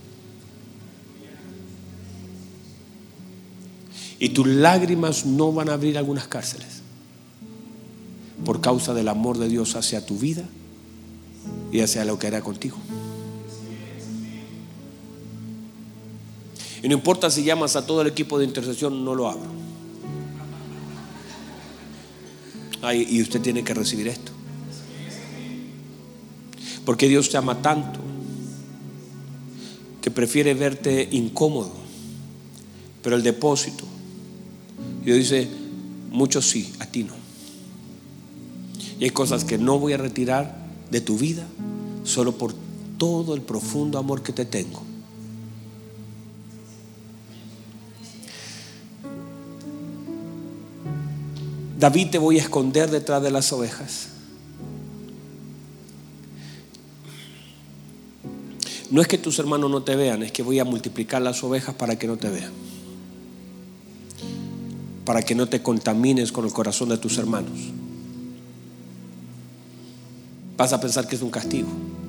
Y tus lágrimas no van a abrir algunas cárceles por causa del amor de Dios hacia tu vida y hacia lo que hará contigo. Y no importa si llamas a todo el equipo de intercesión, no lo abro. Ay, y usted tiene que recibir esto, porque Dios te ama tanto que prefiere verte incómodo. Pero el depósito, Dios dice: muchos sí, a ti no. Y hay cosas que no voy a retirar de tu vida solo por todo el profundo amor que te tengo. David, te voy a esconder detrás de las ovejas. No es que tus hermanos no te vean, es que voy a multiplicar las ovejas para que no te vean, para que no te contamines con el corazón de tus hermanos. Vas a pensar que es un castigo,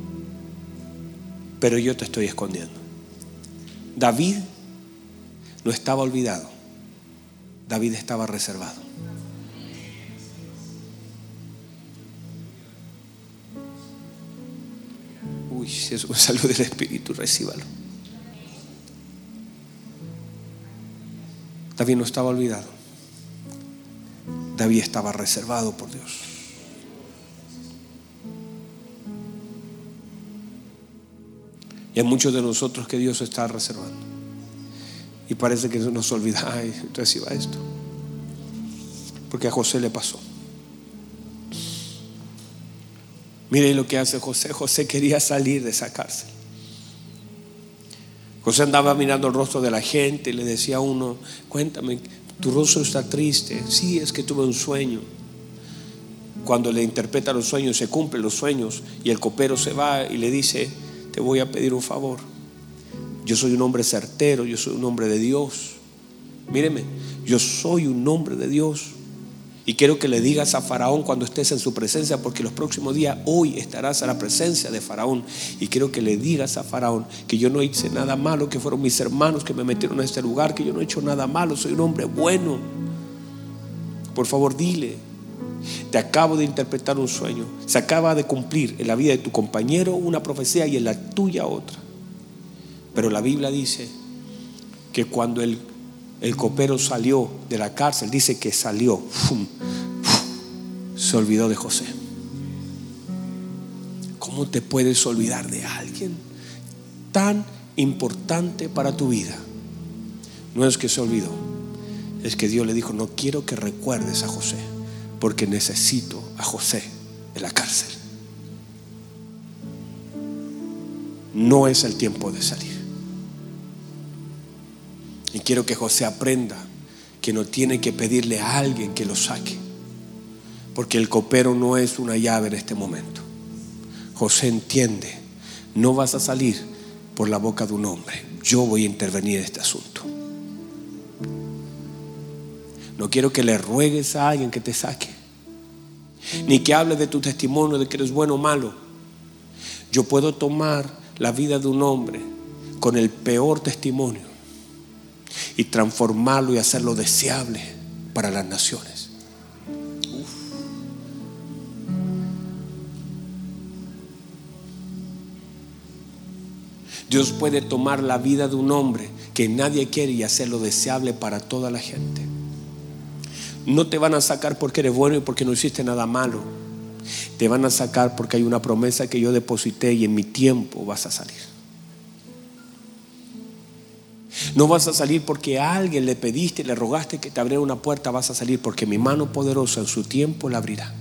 pero yo te estoy escondiendo. David no estaba olvidado, David estaba reservado. Uy, si es una salud del Espíritu, recíbalo. David no estaba olvidado, David estaba reservado por Dios. Y hay muchos de nosotros que Dios está reservando, y parece que nos olvida. Ay, reciba esto, porque a José le pasó. Mire lo que hace José. José quería salir de esa cárcel. José andaba mirando el rostro de la gente y le decía a uno: cuéntame, tu rostro está triste. Sí, es que tuve un sueño. Cuando le interpreta los sueños, se cumplen los sueños, y el copero se va y le dice: te voy a pedir un favor. Yo soy un hombre certero, yo soy un hombre de Dios. Míreme, yo soy un hombre de Dios. Y quiero que le digas a Faraón cuando estés en su presencia, porque los próximos días, hoy estarás a la presencia de Faraón. Y quiero que le digas a Faraón que yo no hice nada malo, que fueron mis hermanos que me metieron a este lugar, que yo no he hecho nada malo, soy un hombre bueno. Por favor, dile: te acabo de interpretar un sueño, se acaba de cumplir en la vida de tu compañero una profecía y en la tuya otra. Pero la Biblia dice que cuando el El copero salió de la cárcel, dice que salió, ¡fum! Se olvidó de José. ¿Cómo te puedes olvidar de alguien tan importante para tu vida? No es que se olvidó, es que Dios le dijo: no quiero que recuerdes a José, porque necesito a José en la cárcel. No es el tiempo de salir. Y quiero que José aprenda que no tiene que pedirle a alguien que lo saque, porque el copero no es una llave en este momento. José entiende: no vas a salir por la boca de un hombre, yo voy a intervenir en este asunto. No quiero que le ruegues a alguien que te saque, ni que hables de tu testimonio de que eres bueno o malo. Yo puedo tomar la vida de un hombre con el peor testimonio y transformarlo y hacerlo deseable para las naciones. Uf. Dios puede tomar la vida de un hombre que nadie quiere y hacerlo deseable para toda la gente. No te van a sacar porque eres bueno y porque no hiciste nada malo. Te van a sacar porque hay una promesa que yo deposité y en mi tiempo vas a salir. No vas a salir porque a alguien le pediste y le rogaste que te abriera una puerta. Vas a salir porque mi mano poderosa en su tiempo la abrirá.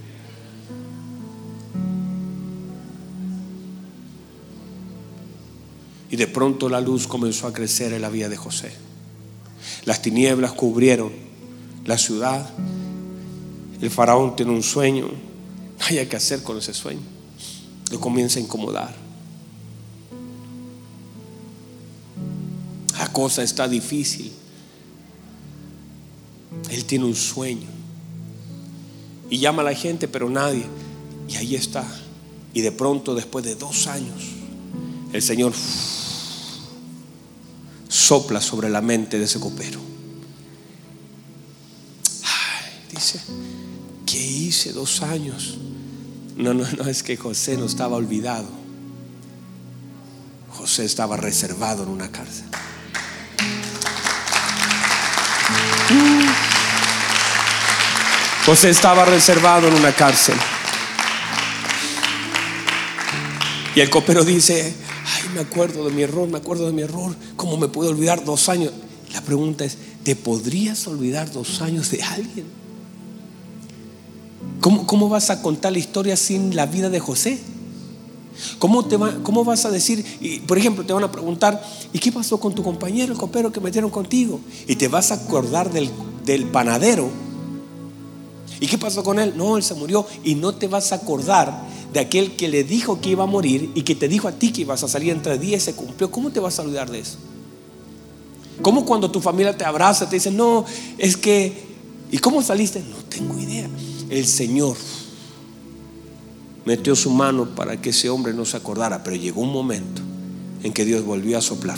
Y de pronto la luz comenzó a crecer en la vida de José. Las tinieblas cubrieron la ciudad. El faraón tiene un sueño. No hay que hacer con ese sueño. Lo comienza a incomodar. La cosa está difícil. Él tiene un sueño y llama a la gente, pero nadie. Y ahí está. Y de pronto, después de dos años, el Señor sopla sobre la mente de ese copero. Ay, dice: ¿qué hice dos años? No, no, no, es que José no estaba olvidado. José estaba reservado en una cárcel. José estaba reservado en una cárcel. Y el copero dice: ay, me acuerdo de mi error, me acuerdo de mi error. ¿Cómo me puedo olvidar dos años? La pregunta es: ¿te podrías olvidar dos años de alguien? ¿Cómo, cómo vas a contar la historia sin la vida de José? ¿Cómo, te va, ¿Cómo vas a decir? Y, por ejemplo, te van a preguntar: ¿y qué pasó con tu compañero, el copero que metieron contigo? Y te vas a acordar del, del panadero. ¿Y qué pasó con él? No, él se murió. Y no te vas a acordar de aquel que le dijo que iba a morir y que te dijo a ti que ibas a salir en tres días y se cumplió. ¿Cómo te vas a olvidar de eso? ¿Cómo cuando tu familia te abraza, te dice: no, es que... ¿Y cómo saliste? No tengo idea. El Señor metió su mano para que ese hombre no se acordara, pero llegó un momento en que Dios volvió a soplar,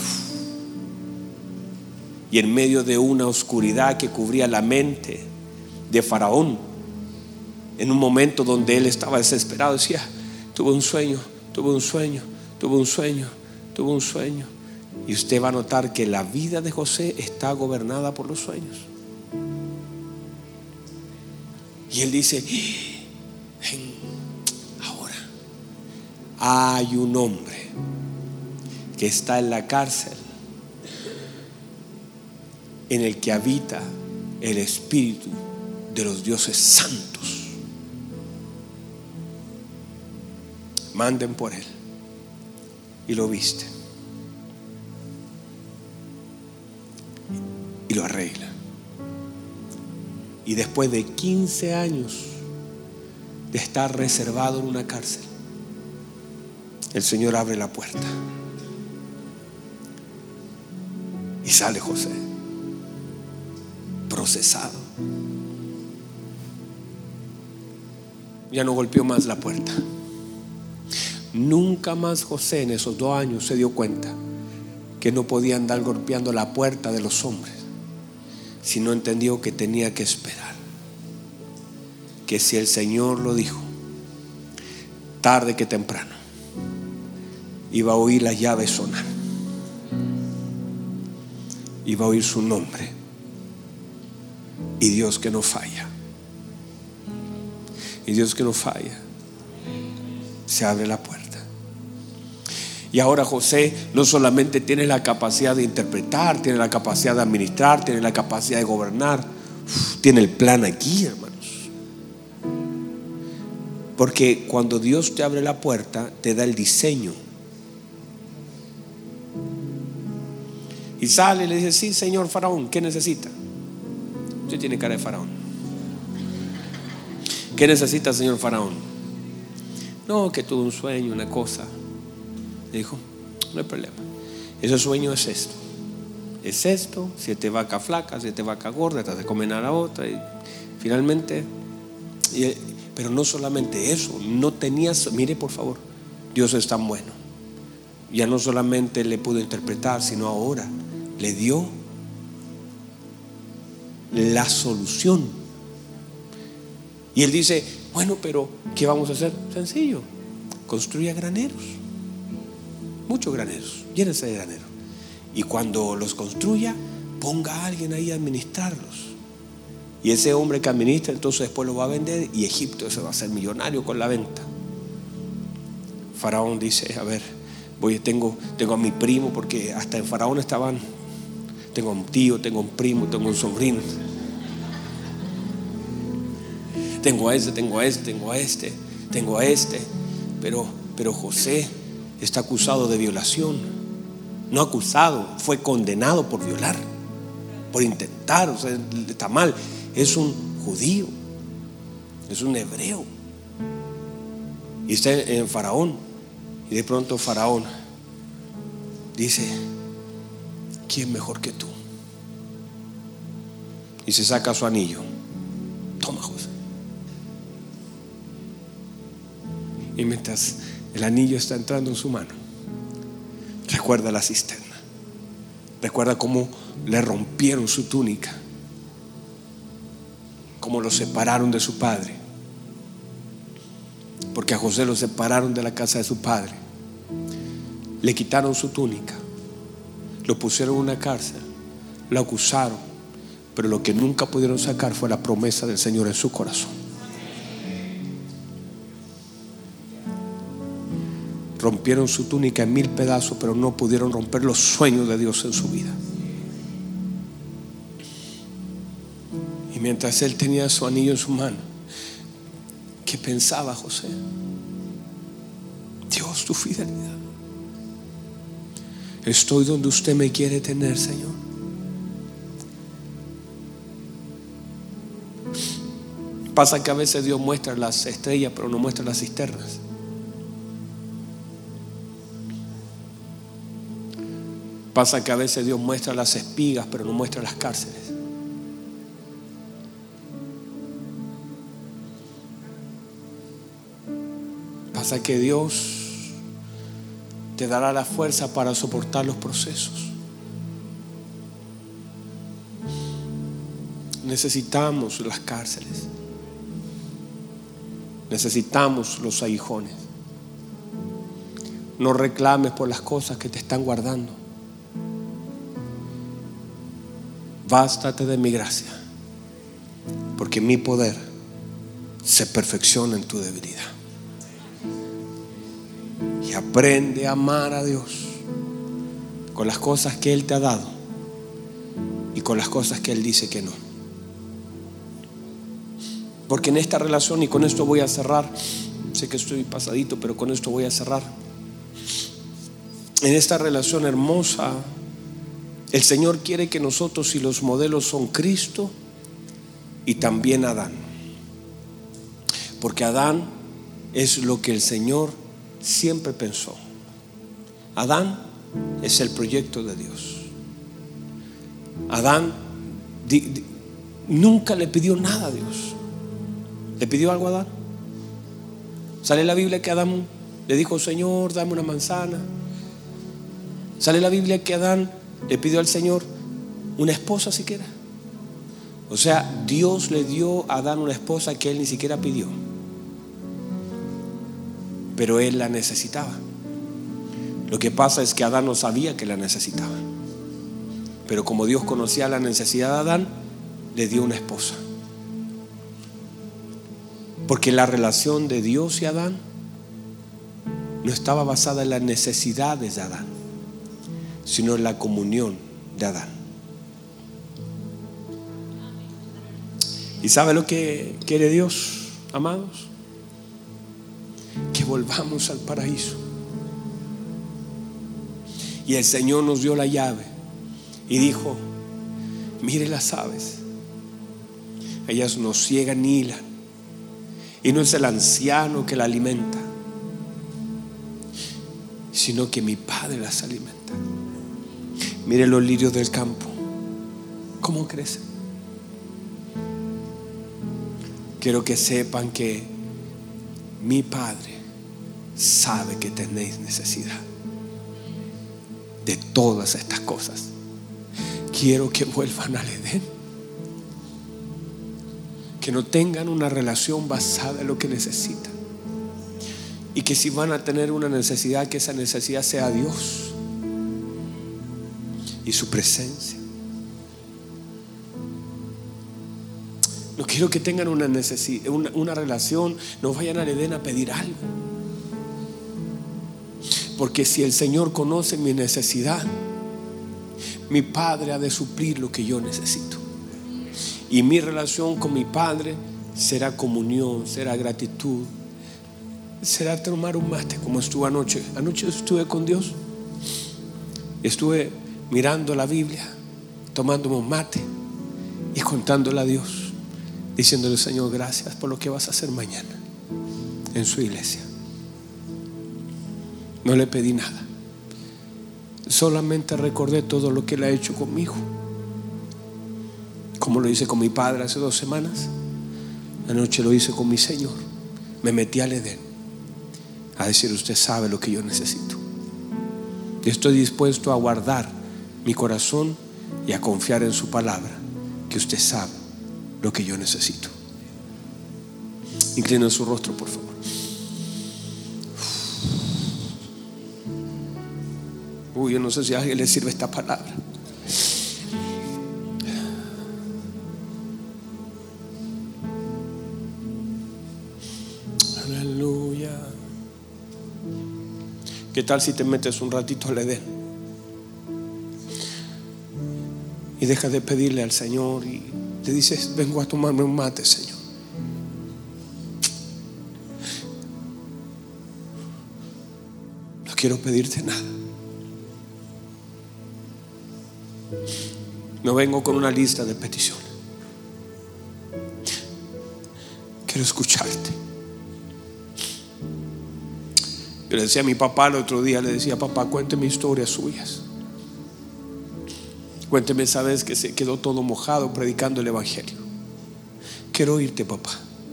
y en medio de una oscuridad que cubría la mente de Faraón, en un momento donde él estaba desesperado, decía: tuve un sueño, tuve un sueño, tuve un sueño, tuve un sueño. Y usted va a notar que la vida de José está gobernada por los sueños. Y él dice: ahora hay un hombre que está en la cárcel, en el que habita el espíritu de los dioses santos. Manden por él. Y lo visten y lo arreglan. Y después de quince años de estar reservado en una cárcel, el Señor abre la puerta y sale José, procesado. Ya no golpeó más la puerta. Nunca más José en esos dos años se dio cuenta que no podía andar golpeando la puerta de los hombres, sino entendió que tenía que esperar, que si el Señor lo dijo, tarde que temprano iba a oír las llaves sonar, iba a oír su nombre. Y Dios que no falla, y Dios que no falla, se abre la puerta. Y ahora José no solamente tiene la capacidad de interpretar, tiene la capacidad de administrar, tiene la capacidad de gobernar. Uf, tiene el plan aquí, hermanos. Porque cuando Dios te abre la puerta, te da el diseño. Y sale y le dice: sí, señor Faraón, ¿qué necesita? Usted tiene cara de Faraón. ¿Qué necesita, señor Faraón? No, que tuve un sueño, una cosa. Dijo: no hay problema. Ese sueño es esto. Es esto, siete vacas flacas, siete vacas gordas, te comen a la otra. Y finalmente, y, pero no solamente eso, no tenías, mire por favor, Dios es tan bueno. Ya no solamente le pudo interpretar, sino ahora le dio la solución. Y él dice: bueno, pero ¿qué vamos a hacer? Sencillo, construya graneros, muchos graneros, llénense de graneros. Y cuando los construya, ponga a alguien ahí a administrarlos. Y ese hombre que administra, entonces después lo va a vender, y Egipto se va a hacer millonario con la venta. Faraón dice: a ver, voy, tengo, tengo a mi primo, porque hasta en Faraón estaban, tengo un tío, tengo un primo, tengo un sobrino, tengo a este, tengo a este, tengo a este, tengo a este. Pero, pero José está acusado de violación. No acusado, fue condenado por violar, por intentar, o sea, está mal. Es un judío, es un hebreo, y está en Faraón. Y de pronto Faraón dice: ¿quién mejor que tú? Y se saca su anillo. Toma, José. Y mientras el anillo está entrando en su mano, recuerda la cisterna, recuerda cómo le rompieron su túnica, cómo lo separaron de su padre, porque a José lo separaron de la casa de su padre, le quitaron su túnica, lo pusieron en una cárcel, lo acusaron, pero lo que nunca pudieron sacar fue la promesa del Señor en su corazón. Rompieron su túnica en mil pedazos, pero no pudieron romper los sueños de Dios en su vida. Y mientras él tenía su anillo en su mano, ¿Qué pensaba José? Dios, tu fidelidad. Estoy donde usted me quiere tener, Señor. Pasa que a veces Dios muestra las estrellas, pero no muestra las cisternas. Pasa que a veces Dios muestra las espigas, pero no muestra las cárceles. Pasa que Dios te dará la fuerza para soportar los procesos. Necesitamos las cárceles. Necesitamos los aguijones. No reclames por las cosas que te están guardando. Bástate de mi gracia, porque mi poder se perfecciona en tu debilidad. Y aprende a amar a Dios con las cosas que Él te ha dado y con las cosas que Él dice que no. Porque en esta relación, y con esto voy a cerrar, sé que estoy pasadito, pero con esto voy a cerrar. En esta relación hermosa, el Señor quiere que nosotros, si los modelos son Cristo y también Adán, porque Adán es lo que el Señor siempre pensó. Adán es el proyecto de Dios. Adán di, di, nunca le pidió nada a Dios. ¿Le pidió algo a Adán? Sale la Biblia que Adán le dijo: Señor, dame una manzana. Sale la Biblia que Adán le pidió al Señor una esposa siquiera. O sea, Dios le dio a Adán una esposa que él ni siquiera pidió, pero él la necesitaba. Lo que pasa es que Adán no sabía que la necesitaba, pero como Dios conocía la necesidad de Adán, le dio una esposa. Porque la relación de Dios y Adán no estaba basada en las necesidades de Adán, sino en la comunión de Adán. ¿Y sabe lo que quiere Dios, amados? Que volvamos al paraíso. Y el Señor nos dio la llave y dijo: mire las aves, ellas no ciegan ni hilan, y no es el anciano que la alimenta, sino que mi Padre las alimenta. Mire los lirios del campo, cómo crecen. Quiero que sepan que mi Padre sabe que tenéis necesidad de todas estas cosas. Quiero que vuelvan al Edén, que no tengan una relación basada en lo que necesitan, y que si van a tener una necesidad, que esa necesidad sea Dios y su presencia. No quiero que tengan una necesidad, una, una relación, no vayan al Edén a pedir algo. Porque si el Señor conoce mi necesidad, mi Padre ha de suplir lo que yo necesito. Y mi relación con mi Padre será comunión, será gratitud, será tomar un mate, como estuve anoche. Anoche estuve con Dios, estuve mirando la Biblia, tomándome un mate y contándole a Dios, diciéndole: Señor, gracias por lo que vas a hacer mañana en su iglesia. No le pedí nada, solamente recordé todo lo que Él ha hecho conmigo, como lo hice con mi padre hace dos semanas. Anoche lo hice con mi Señor. Me metí al Edén a decir: usted sabe lo que yo necesito. Y estoy dispuesto a guardar mi corazón y a confiar en su palabra, que usted sabe lo que yo necesito. Inclina su rostro, por favor. Uy, yo no sé si a alguien le sirve esta palabra. Aleluya. ¿Qué tal si te metes un ratito al Edén y dejas de pedirle al Señor y te dices: vengo a tomarme un mate, Señor? quiero pedirte nada. No vengo con una lista de peticiones. Quiero escucharte. Yo le decía a mi papá el otro día, le decía: papá, cuénteme historias suyas. Cuénteme esa vez que se quedó todo mojado predicando el evangelio. Quiero oírte, papá.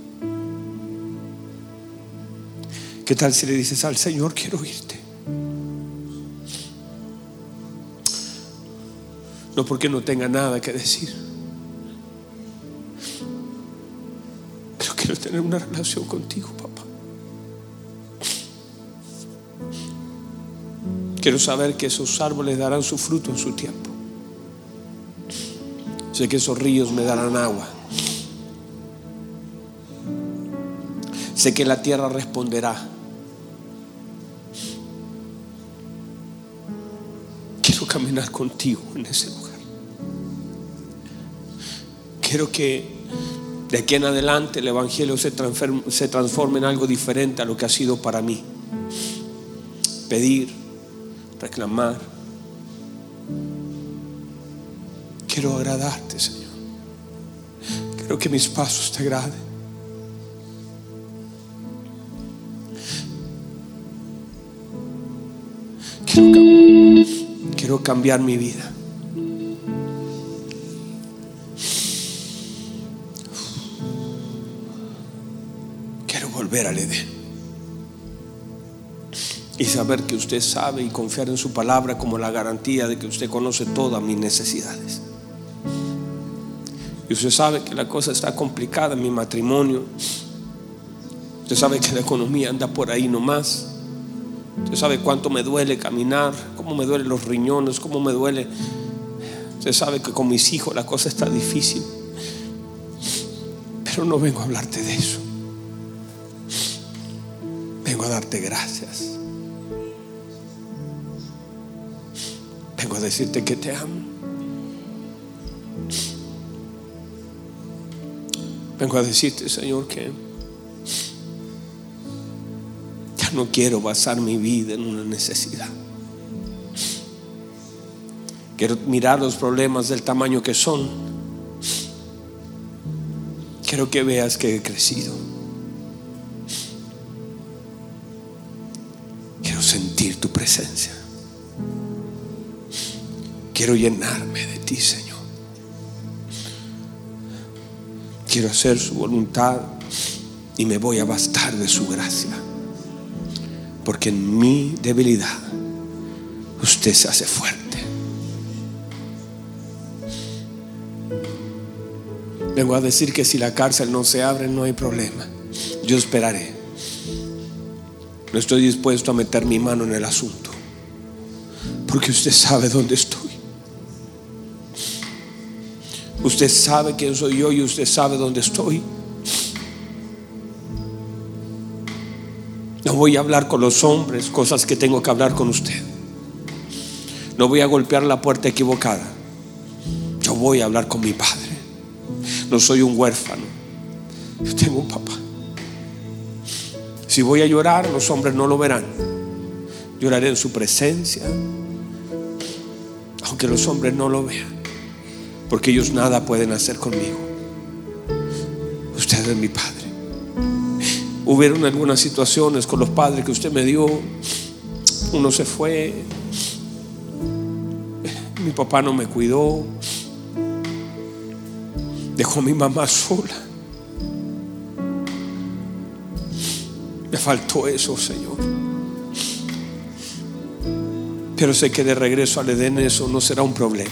¿Qué tal si le dices al Señor: quiero oírte? No porque no tenga nada que decir, pero quiero tener una relación contigo, papá. Quiero saber que esos árboles darán su fruto en su tiempo. Sé que esos ríos me darán agua. Sé que la tierra responderá. Quiero caminar contigo en ese lugar. Quiero que de aquí en adelante el evangelio se transforme, se transforme en algo diferente a lo que ha sido para mí. Pedir, reclamar. Quiero agradarte, Señor. Quiero que mis pasos te agraden. Quiero, cam- quiero cambiar mi vida. Quiero volver al Edén y saber que usted sabe, y confiar en su palabra como la garantía de que usted conoce todas mis necesidades. Y usted sabe que la cosa está complicada en mi matrimonio. Usted sabe que la economía anda por ahí nomás. Usted sabe cuánto me duele caminar, cómo me duelen los riñones, cómo me duele. Usted sabe que con mis hijos la cosa está difícil. Pero no vengo a hablarte de eso. Vengo a darte gracias. Vengo a decirte que te amo. Vengo a decirte, Señor, que ya no quiero basar mi vida en una necesidad. Quiero mirar los problemas del tamaño que son. Quiero que veas que he crecido. Quiero sentir tu presencia. Quiero llenarme de ti, Señor. Quiero hacer su voluntad y me voy a bastar de su gracia, porque en mi debilidad usted se hace fuerte. Vengo a decir que si la cárcel no se abre, no hay problema. Yo esperaré. No estoy dispuesto a meter mi mano en el asunto, porque usted sabe dónde estoy. Usted sabe quién soy yo y usted sabe dónde estoy. No voy a hablar con los hombres cosas que tengo que hablar con usted. No voy a golpear la puerta equivocada. Yo voy a hablar con mi Padre. No soy un huérfano. Yo tengo un papá. Si voy a llorar, los hombres no lo verán. Lloraré en su presencia, aunque los hombres no lo vean, porque ellos nada pueden hacer conmigo. Usted es mi Padre. Hubieron algunas situaciones con los padres que usted me dio. Uno se fue, mi papá no me cuidó, dejó a mi mamá sola. Me faltó eso, Señor. Pero sé que de regreso al Edén eso no será un problema.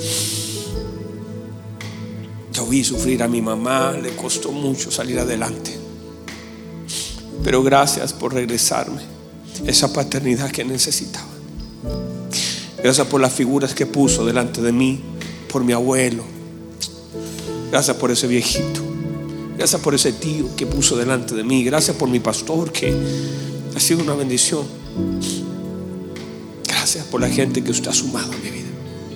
Yo vi sufrir a mi mamá, le costó mucho salir adelante, pero gracias por regresarme esa paternidad que necesitaba. Gracias por las figuras que puso delante de mí, por mi abuelo. Gracias por ese viejito. Gracias por ese tío que puso delante de mí. Gracias por mi pastor, que ha sido una bendición. Gracias por la gente que usted ha sumado a mi vida.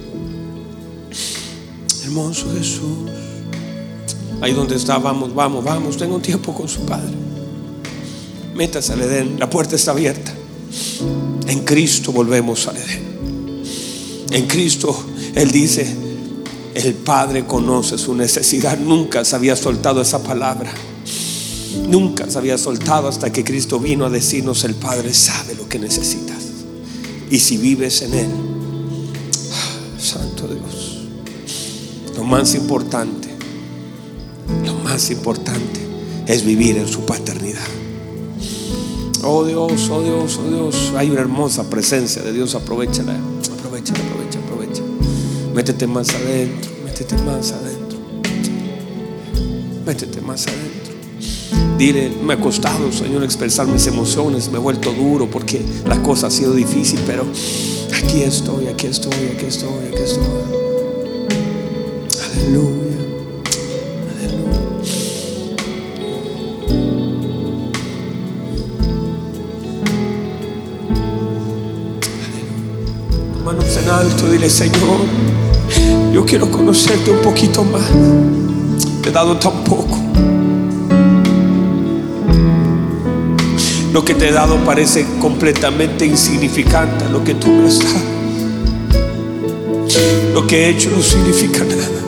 Hermoso Jesús. Ahí donde está, vamos, vamos, vamos. Tengo un tiempo con su Padre. Métase al Edén, la puerta está abierta. En Cristo volvemos al Edén. En Cristo Él dice: el Padre conoce su necesidad. Nunca se había soltado esa palabra. Nunca se había soltado hasta que Cristo vino a decirnos: el Padre sabe lo que necesitas. Y si vives en Él, Santo Dios, lo más importante, lo más importante es vivir en su paternidad. Oh Dios, oh Dios, oh Dios. Hay una hermosa presencia de Dios. Aprovechala, aprovecha, aprovecha, aprovecha. Métete más adentro, métete más adentro, métete más adentro. Dile: me ha costado, Señor, expresar mis emociones, me he vuelto duro porque la cosa ha sido difícil, pero aquí estoy, aquí estoy, aquí estoy, aquí estoy. Aleluya. Manos en alto, dile: Señor, yo quiero conocerte un poquito más. Te he dado tan poco. Lo que te he dado parece completamente insignificante a lo que tú me has dado. Lo que he hecho no significa nada.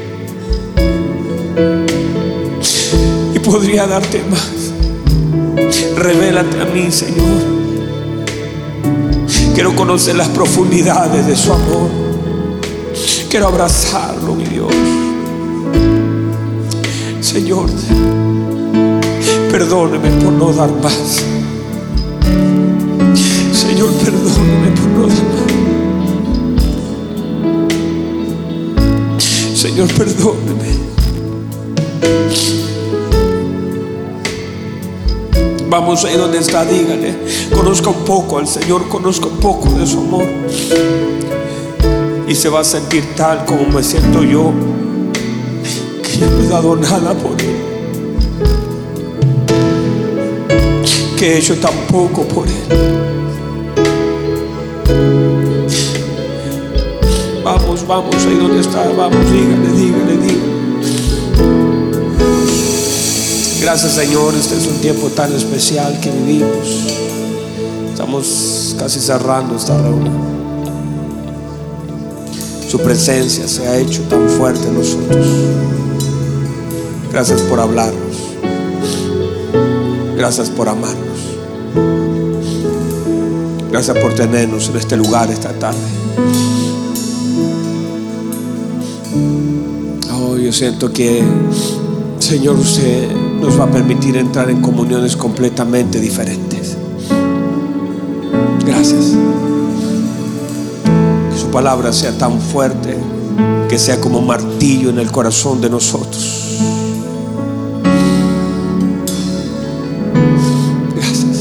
Y podría darte más. Revélate a mí, Señor. Quiero conocer las profundidades de su amor. Quiero abrazarlo, mi Dios. Señor, perdóneme por no dar más. Señor, perdóneme por no dar más. Señor, perdóneme. Vamos ahí donde está, dígale: conozca un poco al Señor, conozca un poco de su amor. Y se va a sentir tal como me siento yo, que yo no he dado nada por Él, que he hecho tan poco por Él. Vamos, vamos ahí donde está, vamos, dígale, dígale, dígale. Gracias, Señor, este es un tiempo tan especial que vivimos. Estamos casi cerrando esta reunión. Su presencia se ha hecho tan fuerte en nosotros. Gracias por hablarnos. Gracias por amarnos. Gracias por tenernos en este lugar esta tarde. Oh, yo siento que, Señor, usted nos va a permitir entrar en comuniones completamente diferentes. Gracias. Que su palabra sea tan fuerte, que sea como martillo en el corazón de nosotros. Gracias.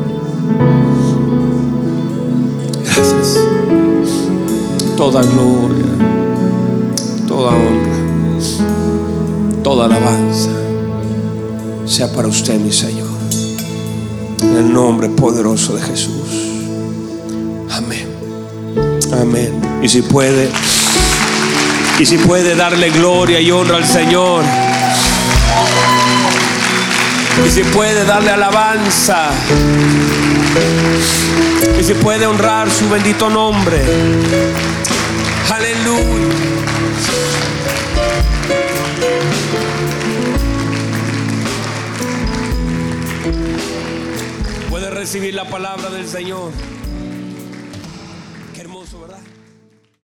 Gracias. Toda gloria, toda honra, toda alabanza sea para usted, mi Señor, en el nombre poderoso de Jesús. Amén. Amén. Y si puede, y si puede darle gloria y honra al Señor, y si puede darle alabanza, y si puede honrar su bendito nombre. Aleluya. Recibir la palabra del Señor. Qué hermoso, ¿verdad?